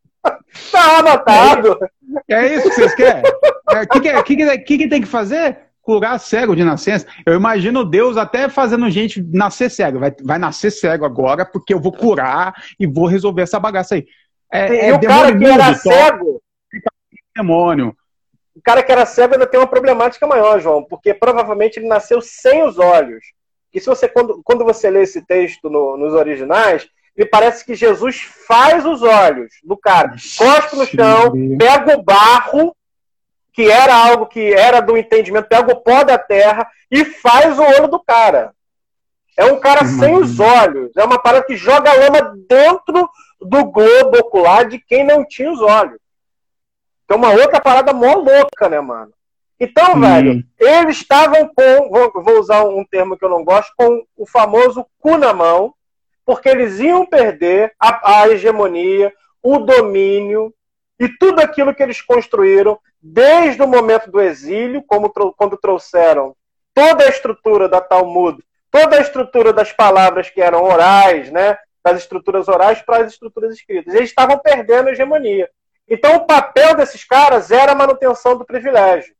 Tá anotado. É isso que vocês querem? O que tem que fazer? Curar cego de nascença. Eu imagino Deus até fazendo gente nascer cego. Vai nascer cego agora porque eu vou curar e vou resolver essa bagaça aí. E o cara que era cego... Demônio. O cara que era cego ainda tem uma problemática maior, João, porque provavelmente ele nasceu sem os olhos. E se você, quando você lê esse texto nos originais, me parece que Jesus faz os olhos do cara, cospe no chão, pega o barro, que era algo que era do entendimento, pega o pó da terra e faz o olho do cara. É um cara sem os olhos. É uma parada que joga a lama dentro do globo ocular de quem não tinha os olhos. Que é uma outra parada mó louca, né, mano? Então, velho, eles estavam com, vou usar um termo que eu não gosto, com o famoso cu na mão, porque eles iam perder a hegemonia, o domínio e tudo aquilo que eles construíram desde o momento do exílio, quando trouxeram toda a estrutura da Talmud, toda a estrutura das palavras que eram orais, né, das estruturas orais para as estruturas escritas. Eles estavam perdendo a hegemonia. Então, o papel desses caras era a manutenção do privilégio.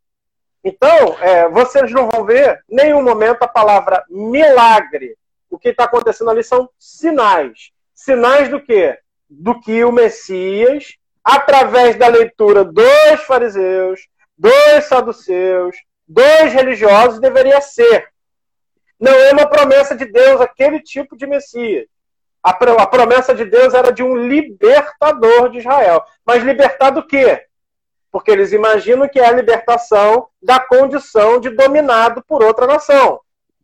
Então, vocês não vão ver em nenhum momento a palavra milagre. O que está acontecendo ali são sinais. Sinais do quê? Do que o Messias, através da leitura dos fariseus, dos saduceus, dos religiosos, deveria ser. Não é uma promessa de Deus aquele tipo de Messias. A promessa de Deus era de um libertador de Israel. Mas libertar do quê? Porque eles imaginam que é a libertação da condição de dominado por outra nação.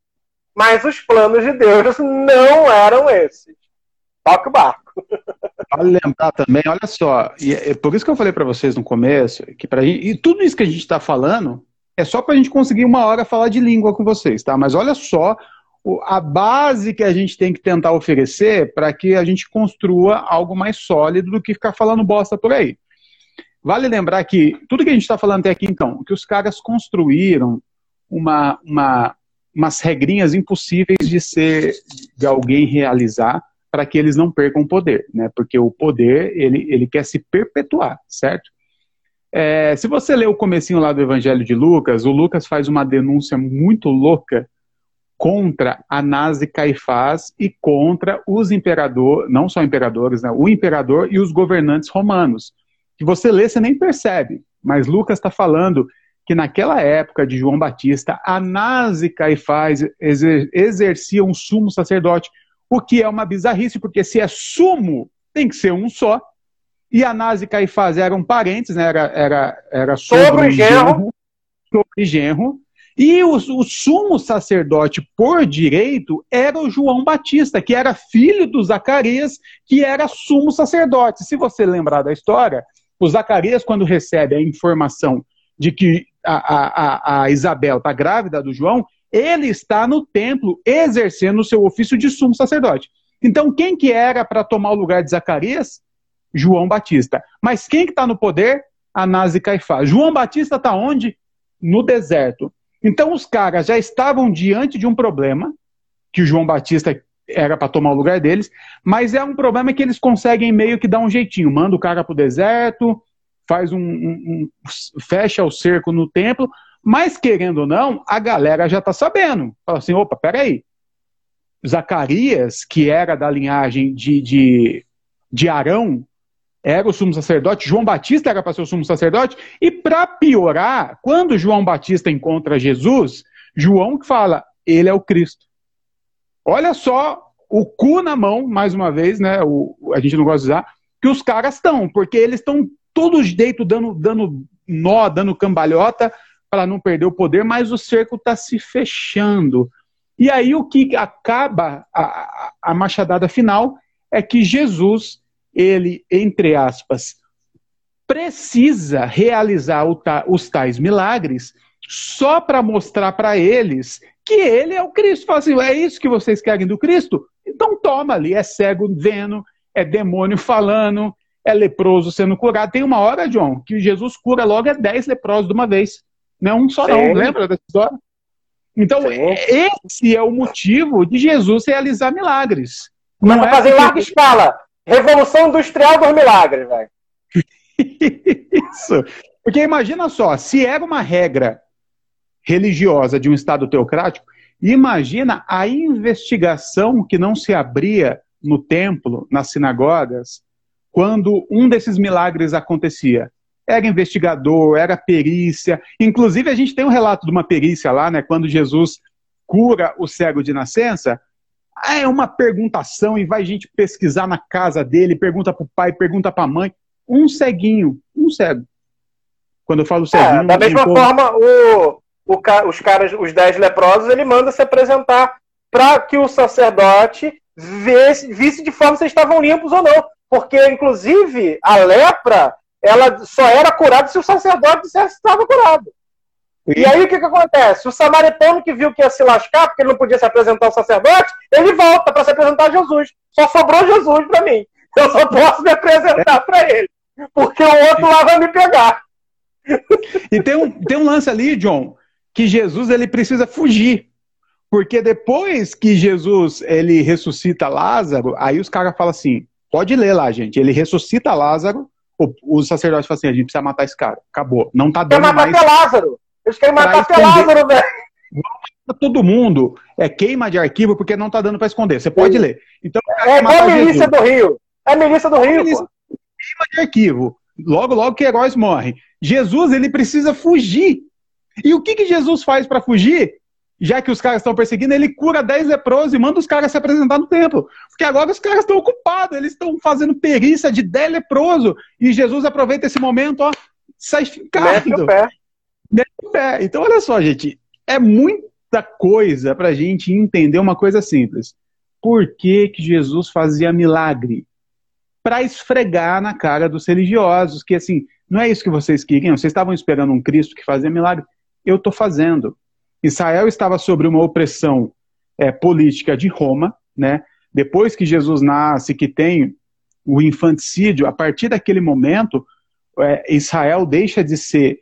Mas os planos de Deus não eram esses. Toca o barco. Vale lembrar também, olha só, e é por isso que eu falei para vocês no começo, que pra gente, e tudo isso que a gente está falando é só para a gente conseguir uma hora falar de língua com vocês, tá? Mas olha só a base que a gente tem que tentar oferecer para que a gente construa algo mais sólido do que ficar falando bosta por aí. Vale lembrar que tudo que a gente está falando até aqui, então, que os caras construíram umas regrinhas impossíveis de alguém realizar para que eles não percam o poder, né? Porque o poder, ele quer se perpetuar, certo? Se você ler o comecinho lá do Evangelho de Lucas, o Lucas faz uma denúncia muito louca contra Anás e Caifás e contra os imperadores, não só imperadores, né? O imperador e os governantes romanos. Que você lê, você nem percebe, mas Lucas está falando que naquela época de João Batista, Anás e Caifás exerciam um sumo sacerdote, o que é uma bizarrice, porque se é sumo, tem que ser um só. E Anás e Caifás eram parentes, né? Era sogro e genro. E o sumo sacerdote, por direito, era o João Batista, que era filho do Zacarias, que era sumo sacerdote. Se você lembrar da história, o Zacarias, quando recebe a informação de que a Isabel está grávida do João, ele está no templo exercendo o seu ofício de sumo sacerdote. Então, quem que era para tomar o lugar de Zacarias? João Batista. Mas quem que está no poder? Anás e Caifás. João Batista está onde? No deserto. Então, os caras já estavam diante de um problema, que o João Batista era para tomar o lugar deles, mas é um problema que eles conseguem meio que dar um jeitinho. Manda o cara para o deserto, faz fecha o cerco no templo, mas, querendo ou não, a galera já está sabendo. Fala assim, opa, peraí. Zacarias, que era da linhagem de Arão, era o sumo sacerdote, João Batista era para ser o sumo sacerdote, e para piorar, quando João Batista encontra Jesus, João que fala, ele é o Cristo. Olha só o cu na mão, mais uma vez, né? A gente não gosta de usar, que os caras estão, porque eles estão todos jeito dando nó, dando cambalhota para não perder o poder, mas o cerco está se fechando. E aí o que acaba a machadada final é que Jesus, ele, entre aspas, precisa realizar os tais milagres só para mostrar para eles que ele é o Cristo. Fala assim, é isso que vocês querem do Cristo? Então toma ali, é cego vendo, é demônio falando, é leproso sendo curado. Tem uma hora, John, que Jesus cura logo 10 leprosos de uma vez. Não é um só não, lembra dessa história? Então, esse é o motivo de Jesus realizar milagres. Mas para fazer em larga escala. Revolução industrial dos milagres, velho. Isso. Porque imagina só, se era uma regra religiosa de um Estado teocrático, imagina a investigação que não se abria no templo, nas sinagogas, quando um desses milagres acontecia. Era investigador, era perícia. Inclusive, a gente tem um relato de uma perícia lá, né? Quando Jesus cura o cego de nascença, é uma perguntação e vai gente pesquisar na casa dele, pergunta para o pai, pergunta para a mãe. Um ceguinho, um cego. Quando eu falo ceguinho... da mesma forma, os caras, os 10 leprosos, ele manda se apresentar para que o sacerdote visse de forma se eles estavam limpos ou não. Porque, inclusive, a lepra... ela só era curada se o sacerdote dissesse que estava curado. E aí o que acontece? O samaritano que viu que ia se lascar, porque ele não podia se apresentar ao sacerdote, ele volta para se apresentar a Jesus. Só sobrou Jesus para mim. Eu só posso me apresentar para ele. Porque o outro lá vai me pegar. E tem um lance ali, John, que Jesus ele precisa fugir. Porque depois que Jesus ele ressuscita Lázaro, aí os caras falam assim, pode ler lá, gente, ele ressuscita Lázaro, o sacerdote fala assim, a gente precisa matar esse cara. Acabou. Não tá dando mais... Quer matar até Lázaro. Eles querem matar até Lázaro, velho. Todo mundo queima de arquivo porque não tá dando para esconder. Você pode ler. Então, é igual a milícia do Rio. É a milícia do Rio, pô. Queima de arquivo. Logo que heróis morrem. Jesus, ele precisa fugir. E o que Jesus faz para fugir? Já que os caras estão perseguindo, ele cura 10 leprosos e manda os caras se apresentar no templo. Porque agora os caras estão ocupados, eles estão fazendo perícia de 10 leprosos. E Jesus aproveita esse momento, ó, sai ficando. Mete o pé. Mete o pé. Então, olha só, gente, é muita coisa pra gente entender uma coisa simples. Por que Jesus fazia milagre? Para esfregar na cara dos religiosos, que assim, não é isso que vocês queriam, vocês estavam esperando um Cristo que fazia milagre. Eu estou fazendo. Israel estava sob uma opressão política de Roma, né? Depois que Jesus nasce, que tem o infanticídio, a partir daquele momento, Israel deixa de ser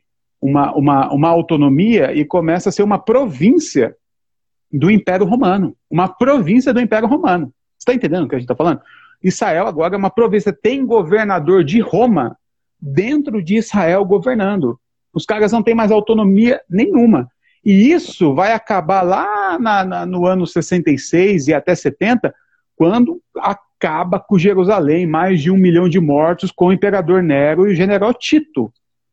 uma autonomia e começa a ser uma província do Império Romano. Uma província do Império Romano. Você está entendendo o que a gente está falando? Israel agora é uma província, tem governador de Roma dentro de Israel governando. Os caras não têm mais autonomia nenhuma. E isso vai acabar lá no ano 66 e até 70, quando acaba com Jerusalém, mais de 1 milhão de mortos com o imperador Nero e o general Tito.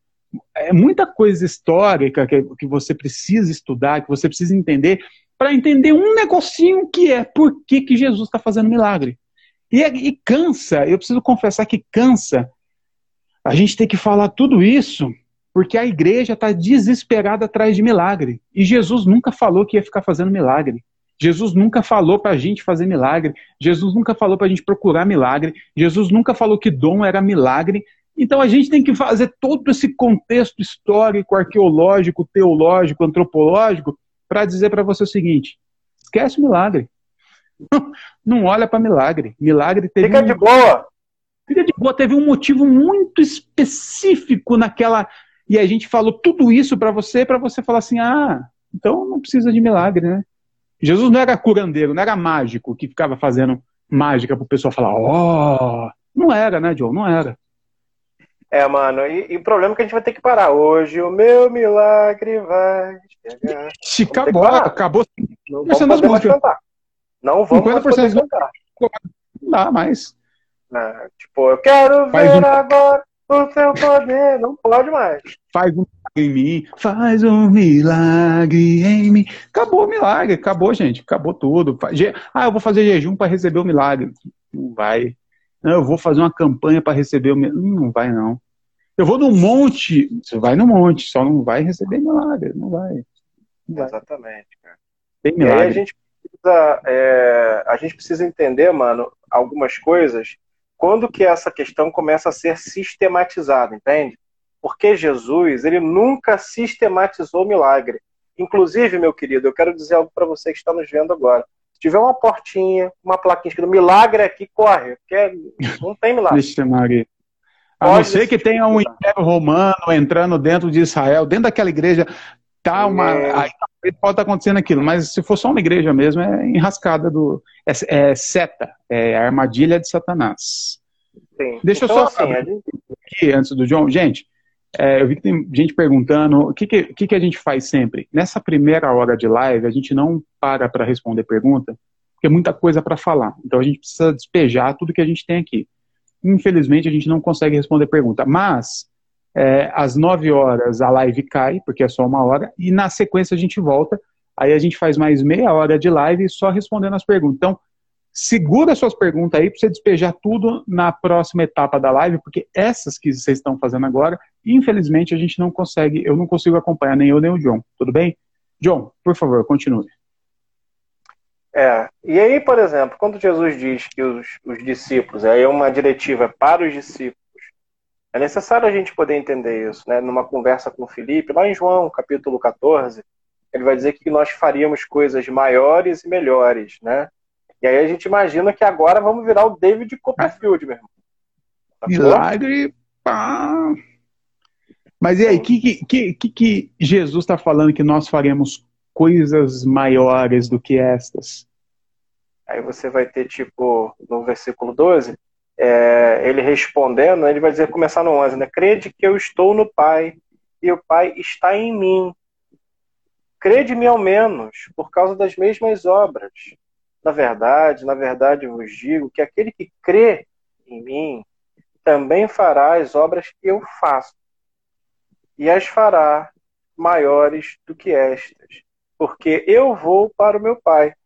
É muita coisa histórica que você precisa estudar, que você precisa entender, para entender um negocinho que é por que Jesus está fazendo milagre. E cansa, eu preciso confessar que cansa a gente ter que falar tudo isso, porque a igreja está desesperada atrás de milagre. E Jesus nunca falou que ia ficar fazendo milagre. Jesus nunca falou para a gente fazer milagre. Jesus nunca falou para a gente procurar milagre. Jesus nunca falou que dom era milagre. Então a gente tem que fazer todo esse contexto histórico, arqueológico, teológico, antropológico, para dizer para você o seguinte: esquece o milagre. Não olha para milagre. Milagre teve Fica de boa. Fica de boa, teve um motivo muito específico naquela... E a gente falou tudo isso para você falar assim, então não precisa de milagre, né? Jesus não era curandeiro, não era mágico que ficava fazendo mágica pro pessoal falar, não era, né, John? Não era. Mano, e o problema é que a gente vai ter que parar. Hoje o meu milagre vai chegar. Acabou. Não vamos poder mais cantar. Não vamos mais poder cantar. Não dá mais. Tipo, eu quero ver agora o teu poder. Não pode mais. Faz um milagre em mim, faz um milagre em mim. Acabou o milagre, acabou, gente, acabou tudo. Eu vou fazer jejum para receber o milagre. Não vai. Não, eu vou fazer uma campanha para receber o milagre. Não vai, não. Eu vou no monte, você vai no monte, só não vai receber milagre, não vai. Não vai. Exatamente, cara. Tem milagre. E aí a gente precisa entender, mano, algumas coisas, quando que essa questão começa a ser sistematizada, entende? Porque Jesus, ele nunca sistematizou milagre. Inclusive, meu querido, eu quero dizer algo para você que está nos vendo agora. Se tiver uma portinha, uma plaquinha escrito milagre aqui, corre, porque não tem milagre. Vixe, Maria. A não ser que tenha um império romano entrando dentro de Israel, dentro daquela igreja, tá aí pode estar acontecendo aquilo, mas se for só uma igreja mesmo, é enrascada é seta, é a armadilha de Satanás. Sim. Deixa então, eu só aqui antes do John. Gente, eu vi que tem gente perguntando o que a gente faz sempre. Nessa primeira hora de live, a gente não para responder pergunta, porque é muita coisa para falar. Então a gente precisa despejar tudo que a gente tem aqui. Infelizmente, a gente não consegue responder pergunta. Mas, às 9 horas, a live cai, porque é só 1 hora, e na sequência a gente volta. Aí a gente faz mais meia hora de live só respondendo as perguntas. Então, segura suas perguntas aí para você despejar tudo na próxima etapa da live, porque essas que vocês estão fazendo agora, infelizmente, a gente não consegue, eu não consigo acompanhar, nem eu nem o John. Tudo bem? John, por favor, continue. E aí, por exemplo, quando Jesus diz que os discípulos, aí é uma diretiva para os discípulos, é necessário a gente poder entender isso, né? Numa conversa com Filipe, lá em João, capítulo 14, ele vai dizer que nós faríamos coisas maiores e melhores, né? E aí a gente imagina que agora vamos virar o David Copperfield, meu irmão. Tá milagre, pá. Mas e aí, que Jesus está falando que nós faremos coisas maiores do que estas? Aí você vai ter, tipo, no versículo 12, ele respondendo, ele vai dizer, começar no 11, né? Crede que eu estou no Pai, e o Pai está em mim. Crede-me ao menos, por causa das mesmas obras. Na verdade, vos digo que aquele que crê em mim, também fará as obras que eu faço, e as fará maiores do que estas, porque eu vou para o meu Pai.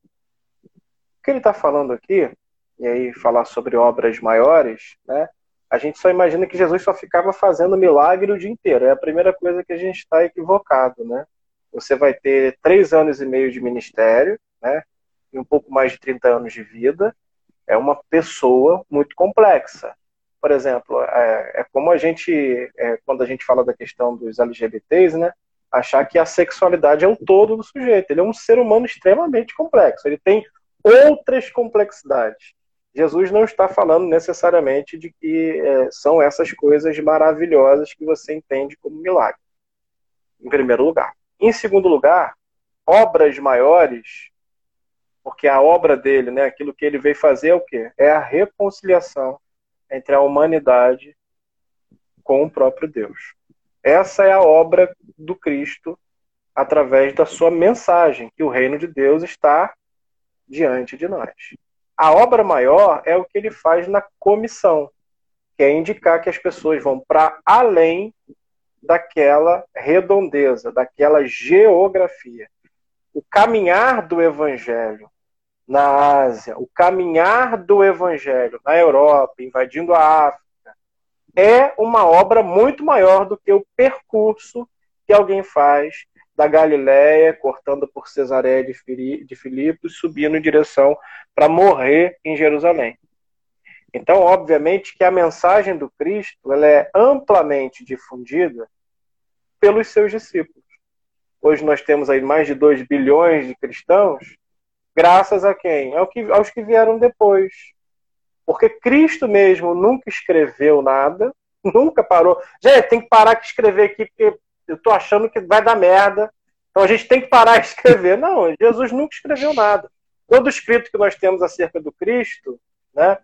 O que ele está falando aqui, e aí falar sobre obras maiores, né? A gente só imagina que Jesus só ficava fazendo milagre o dia inteiro. É a primeira coisa que a gente está equivocado, né? Você vai ter 3 anos e meio de ministério, né? E um pouco mais de 30 anos de vida. É uma pessoa muito complexa. Por exemplo, como a gente, quando a gente fala da questão dos LGBTs, né? Achar que a sexualidade é o todo do sujeito. Ele é um ser humano extremamente complexo. Ele tem outras complexidades. Jesus não está falando necessariamente de que são essas coisas maravilhosas que você entende como milagre, em primeiro lugar. Em segundo lugar, obras maiores, porque a obra dele, né, aquilo que ele veio fazer é o quê? É a reconciliação entre a humanidade com o próprio Deus. Essa é a obra do Cristo através da sua mensagem, que o reino de Deus está diante de nós. A obra maior é o que ele faz na comissão, que é indicar que as pessoas vão para além daquela redondeza, daquela geografia. O caminhar do evangelho na Ásia, o caminhar do evangelho na Europa, invadindo a África, é uma obra muito maior do que o percurso que alguém faz da Galiléia, cortando por Cesareia de Filipe, subindo em direção para morrer em Jerusalém. Então, obviamente, que a mensagem do Cristo ela é amplamente difundida pelos seus discípulos. Hoje nós temos aí mais de 2 bilhões de cristãos, graças a quem? Aos que vieram depois. Porque Cristo mesmo nunca escreveu nada, nunca parou. Gente, tem que parar de escrever aqui, porque eu estou achando que vai dar merda, então a gente tem que parar de escrever. Não, Jesus nunca escreveu nada. Todo escrito que nós temos acerca do Cristo, né,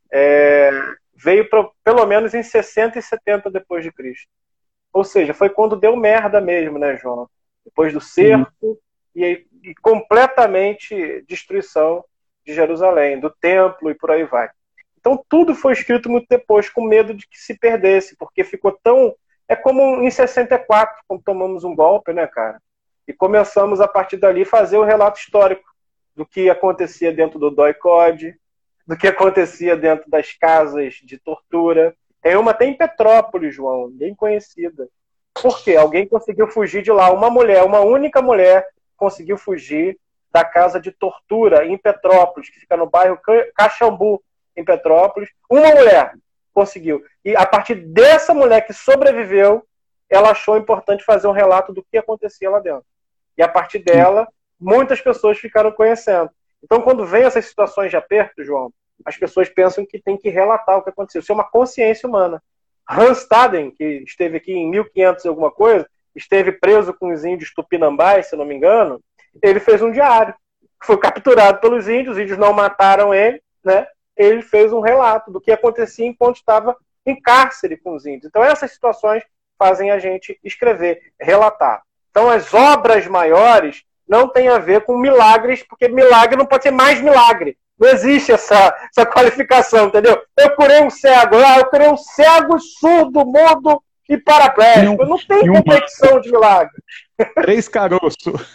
veio pelo menos em 60 e 70 depois de Cristo. Ou seja, foi quando deu merda mesmo, né, João? Depois do cerco e completamente destruição de Jerusalém, do templo e por aí vai. Então tudo foi escrito muito depois, com medo de que se perdesse, porque ficou tão... É como em 64, quando tomamos um golpe, né, cara? E começamos, a partir dali, fazer o relato histórico do que acontecia dentro do DOI-CODE, do que acontecia dentro das casas de tortura. Tem uma até em Petrópolis, João, bem conhecida. Por quê? Alguém conseguiu fugir de lá. Uma única mulher conseguiu fugir da casa de tortura em Petrópolis, que fica no bairro Caxambu, em Petrópolis. Uma mulher conseguiu. E a partir dessa mulher que sobreviveu, ela achou importante fazer um relato do que acontecia lá dentro. E a partir dela, muitas pessoas ficaram conhecendo. Então, quando vem essas situações de aperto, João, as pessoas pensam que tem que relatar o que aconteceu. Isso é uma consciência humana. Hans Staden, que esteve aqui em 1500 e alguma coisa, esteve preso com os índios tupinambás, se não me engano, ele fez um diário. Foi capturado pelos índios, os índios não mataram ele, né? Ele fez um relato do que acontecia enquanto estava em cárcere com os índios. Então essas situações fazem a gente escrever, relatar. Então as obras maiores não têm a ver com milagres, porque milagre não pode ser mais milagre. Não existe essa qualificação, entendeu? Eu curei um cego, eu curei um cego, surdo, mudo e paraplégico. Não tem competição de milagre. 3 caroços.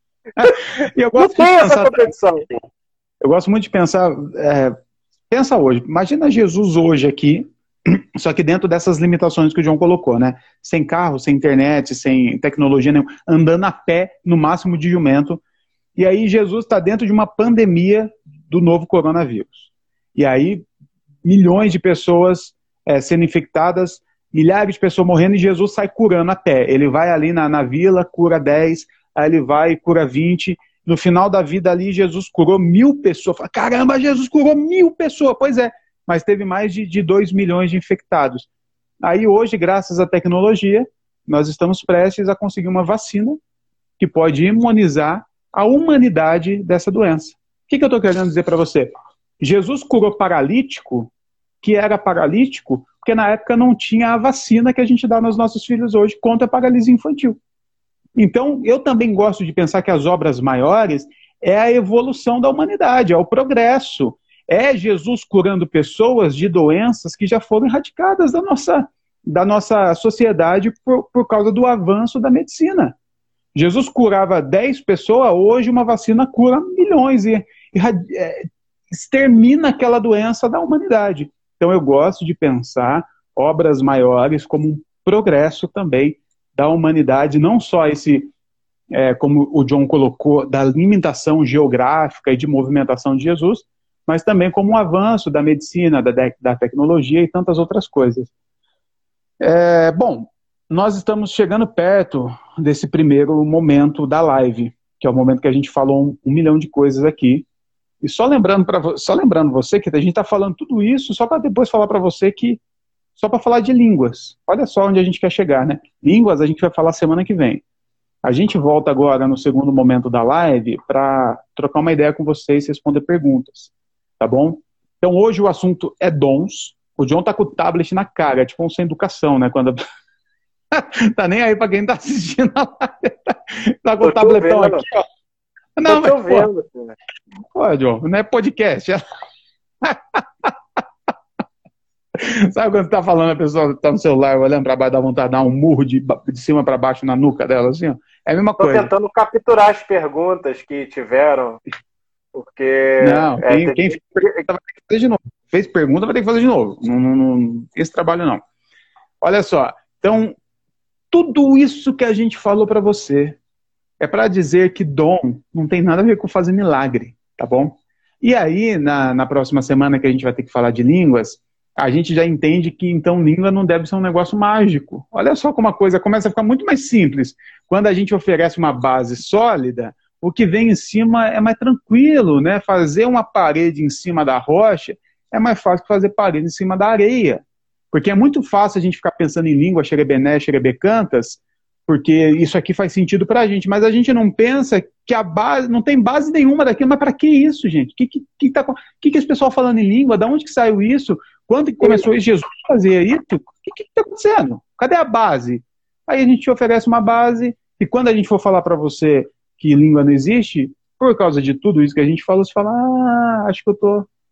Não tem essa competição. Eu gosto muito de pensar... pensa hoje, imagina Jesus hoje aqui, só que dentro dessas limitações que o John colocou, né? Sem carro, sem internet, sem tecnologia nenhuma, andando a pé, no máximo de jumento. E aí Jesus está dentro de uma pandemia do novo coronavírus. E aí milhões de pessoas sendo infectadas, milhares de pessoas morrendo, e Jesus sai curando a pé. Ele vai ali na vila, cura 10, aí ele vai e cura 20. No final da vida ali, Jesus curou 1.000 pessoas. Fala, caramba, Jesus curou 1.000 pessoas. Pois é, mas teve mais de 2 milhões de infectados. Aí hoje, graças à tecnologia, nós estamos prestes a conseguir uma vacina que pode imunizar a humanidade dessa doença. O que eu estou querendo dizer para você? Jesus curou paralítico, que era paralítico, porque na época não tinha a vacina que a gente dá nos nossos filhos hoje contra a paralisia infantil. Então, eu também gosto de pensar que as obras maiores é a evolução da humanidade, é o progresso. É Jesus curando pessoas de doenças que já foram erradicadas da nossa sociedade por causa do avanço da medicina. Jesus curava 10 pessoas, hoje uma vacina cura milhões e extermina aquela doença da humanidade. Então eu gosto de pensar obras maiores como um progresso também da humanidade, não só esse, como o John colocou, da limitação geográfica e de movimentação de Jesus, mas também como um avanço da medicina, da tecnologia e tantas outras coisas. Bom, nós estamos chegando perto desse primeiro momento da live, que é o momento que a gente falou um milhão de coisas aqui. E só lembrando você que a gente está falando tudo isso só para depois falar para você que só para falar de línguas. Olha só onde a gente quer chegar, né? Línguas a gente vai falar semana que vem. A gente volta agora no segundo momento da live para trocar uma ideia com vocês e responder perguntas, tá bom? Então hoje o assunto é dons. O John tá com o tablet na cara, tipo um sem educação, né? Quando tá nem aí para quem tá assistindo a live. Tá com o tabletão aqui, ó. Não, mas vendo, pô, John, não é podcast. Sabe quando tá falando, a pessoa tá no celular olhando pra baixo, dá vontade de dar um murro de cima pra baixo na nuca dela, assim, ó. É a mesma coisa. Tô tentando capturar as perguntas que tiveram, porque... Não, quem fez pergunta vai ter que fazer de novo. Fez pergunta vai ter que fazer de novo. Não, esse trabalho não. Olha só, então, tudo isso que a gente falou pra você é para dizer que dom não tem nada a ver com fazer milagre, tá bom? E aí, na próxima semana que a gente vai ter que falar de línguas, a gente já entende que, então, língua não deve ser um negócio mágico. Olha só como a coisa começa a ficar muito mais simples. Quando a gente oferece uma base sólida, o que vem em cima é mais tranquilo, né? Fazer uma parede em cima da rocha é mais fácil que fazer parede em cima da areia. Porque é muito fácil a gente ficar pensando em língua, xerebené, xerebecantas, porque isso aqui faz sentido pra gente, mas a gente não pensa que a base, não tem base nenhuma daquilo, mas para que isso, gente? O que esse pessoal falando em língua? Da onde que saiu isso? Quando que começou Jesus a fazer isso? O que está acontecendo? Cadê a base? Aí a gente oferece uma base, e quando a gente for falar para você que língua não existe, por causa de tudo isso que a gente falou, você fala, acho que eu tô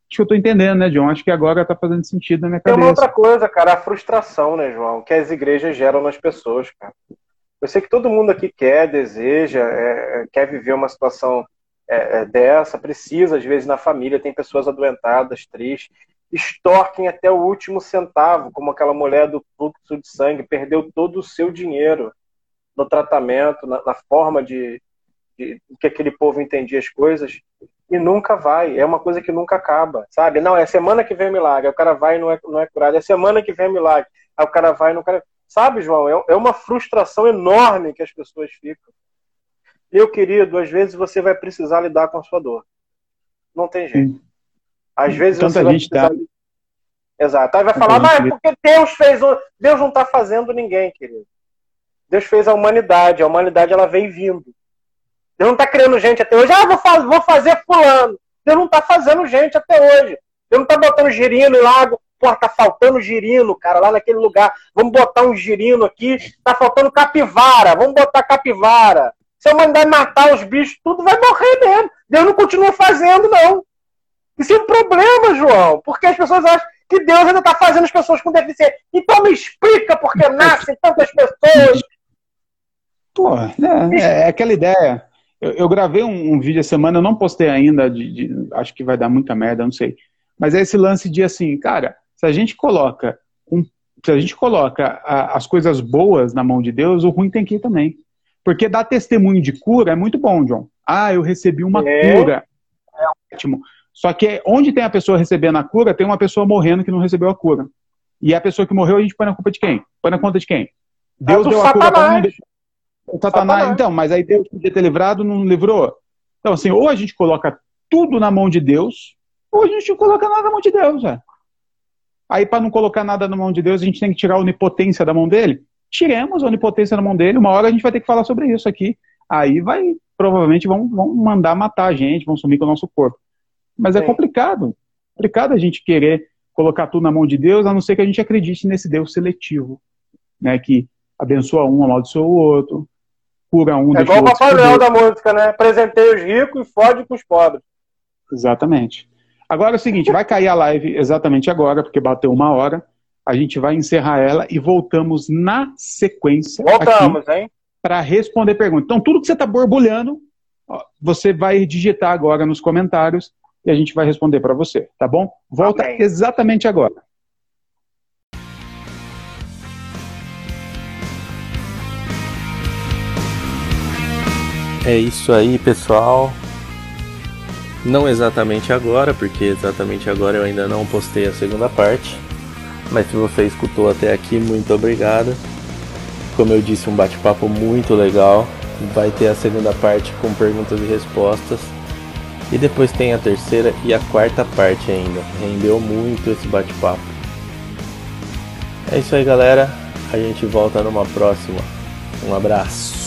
que eu tô entendendo, né, John? Acho que agora tá fazendo sentido na minha cabeça. Tem uma outra coisa, cara, a frustração, né, João, que as igrejas geram nas pessoas, cara. Eu sei que todo mundo aqui quer, deseja, quer viver uma situação dessa, precisa, às vezes, na família, tem pessoas adoentadas, tristes, extorquem até o último centavo, como aquela mulher do fluxo de sangue, perdeu todo o seu dinheiro no tratamento, na forma de que aquele povo entendia as coisas, e nunca vai, é uma coisa que nunca acaba, sabe? Não, é semana que vem milagre, aí o cara vai e não é curado, é semana que vem milagre, aí o cara vai e não quer... Sabe, João, é uma frustração enorme que as pessoas ficam. Meu querido, às vezes você vai precisar lidar com a sua dor. Não tem jeito. Sim. Às vezes Tanta você vai gente precisar... Exato. Aí vai falar, mas é porque Deus fez... Deus não está fazendo ninguém, querido. Deus fez a humanidade ela vem vindo. Deus não está criando gente até hoje. Vou fazer fulano. Deus não está fazendo gente até hoje. Deus não está botando girino em lago. Pô, tá faltando girino, cara, lá naquele lugar. Vamos botar um girino aqui. Tá faltando capivara. Vamos botar capivara. Se a humanidade matar os bichos, tudo vai morrer mesmo. Deus não continua fazendo, não. Isso é um problema, João. Porque as pessoas acham que Deus ainda está fazendo as pessoas com deficiência. Então me explica por que nascem tantas pessoas. Pô, é aquela ideia. Eu gravei um vídeo essa semana, eu não postei ainda, acho que vai dar muita merda, não sei. Mas é esse lance de assim, cara, se a gente coloca as coisas boas na mão de Deus, o ruim tem que ir também. Porque dar testemunho de cura é muito bom, John. Ah, eu recebi uma cura. É ótimo. Só que onde tem a pessoa recebendo a cura, tem uma pessoa morrendo que não recebeu a cura. E a pessoa que morreu, a gente põe na culpa de quem? Põe na conta de quem? Deus deu a cura para um... Satanás. Então, mas aí Deus podia ter livrado, não livrou. Então, assim, ou a gente coloca tudo na mão de Deus, ou a gente não coloca nada na mão de Deus, velho. Aí, para não colocar nada na mão de Deus, a gente tem que tirar a onipotência da mão dele. Tiremos a onipotência da mão dele, uma hora a gente vai ter que falar sobre isso aqui. Aí provavelmente vão mandar matar a gente, vão sumir com o nosso corpo. Mas é complicado. É complicado a gente querer colocar tudo na mão de Deus, a não ser que a gente acredite nesse Deus seletivo, né, que abençoa um, amaldiçoa o outro, cura um, deixa o outro. É igual o Papai Noel da música, né? Presentei os ricos e fode com os pobres. Exatamente. Agora é o seguinte, vai cair a live exatamente agora, porque bateu 1 hora. A gente vai encerrar ela e voltamos na sequência. Voltamos, hein? Para responder perguntas. Então, tudo que você está borbulhando, você vai digitar agora nos comentários e a gente vai responder para você, tá bom? Volta exatamente agora. É isso aí, pessoal. Não exatamente agora, porque exatamente agora eu ainda não postei a segunda parte. Mas se você escutou até aqui, muito obrigado. Como eu disse, um bate-papo muito legal. Vai ter a segunda parte com perguntas e respostas. E depois tem a terceira e a quarta parte ainda. Rendeu muito esse bate-papo. É isso aí, galera. A gente volta numa próxima. Um abraço.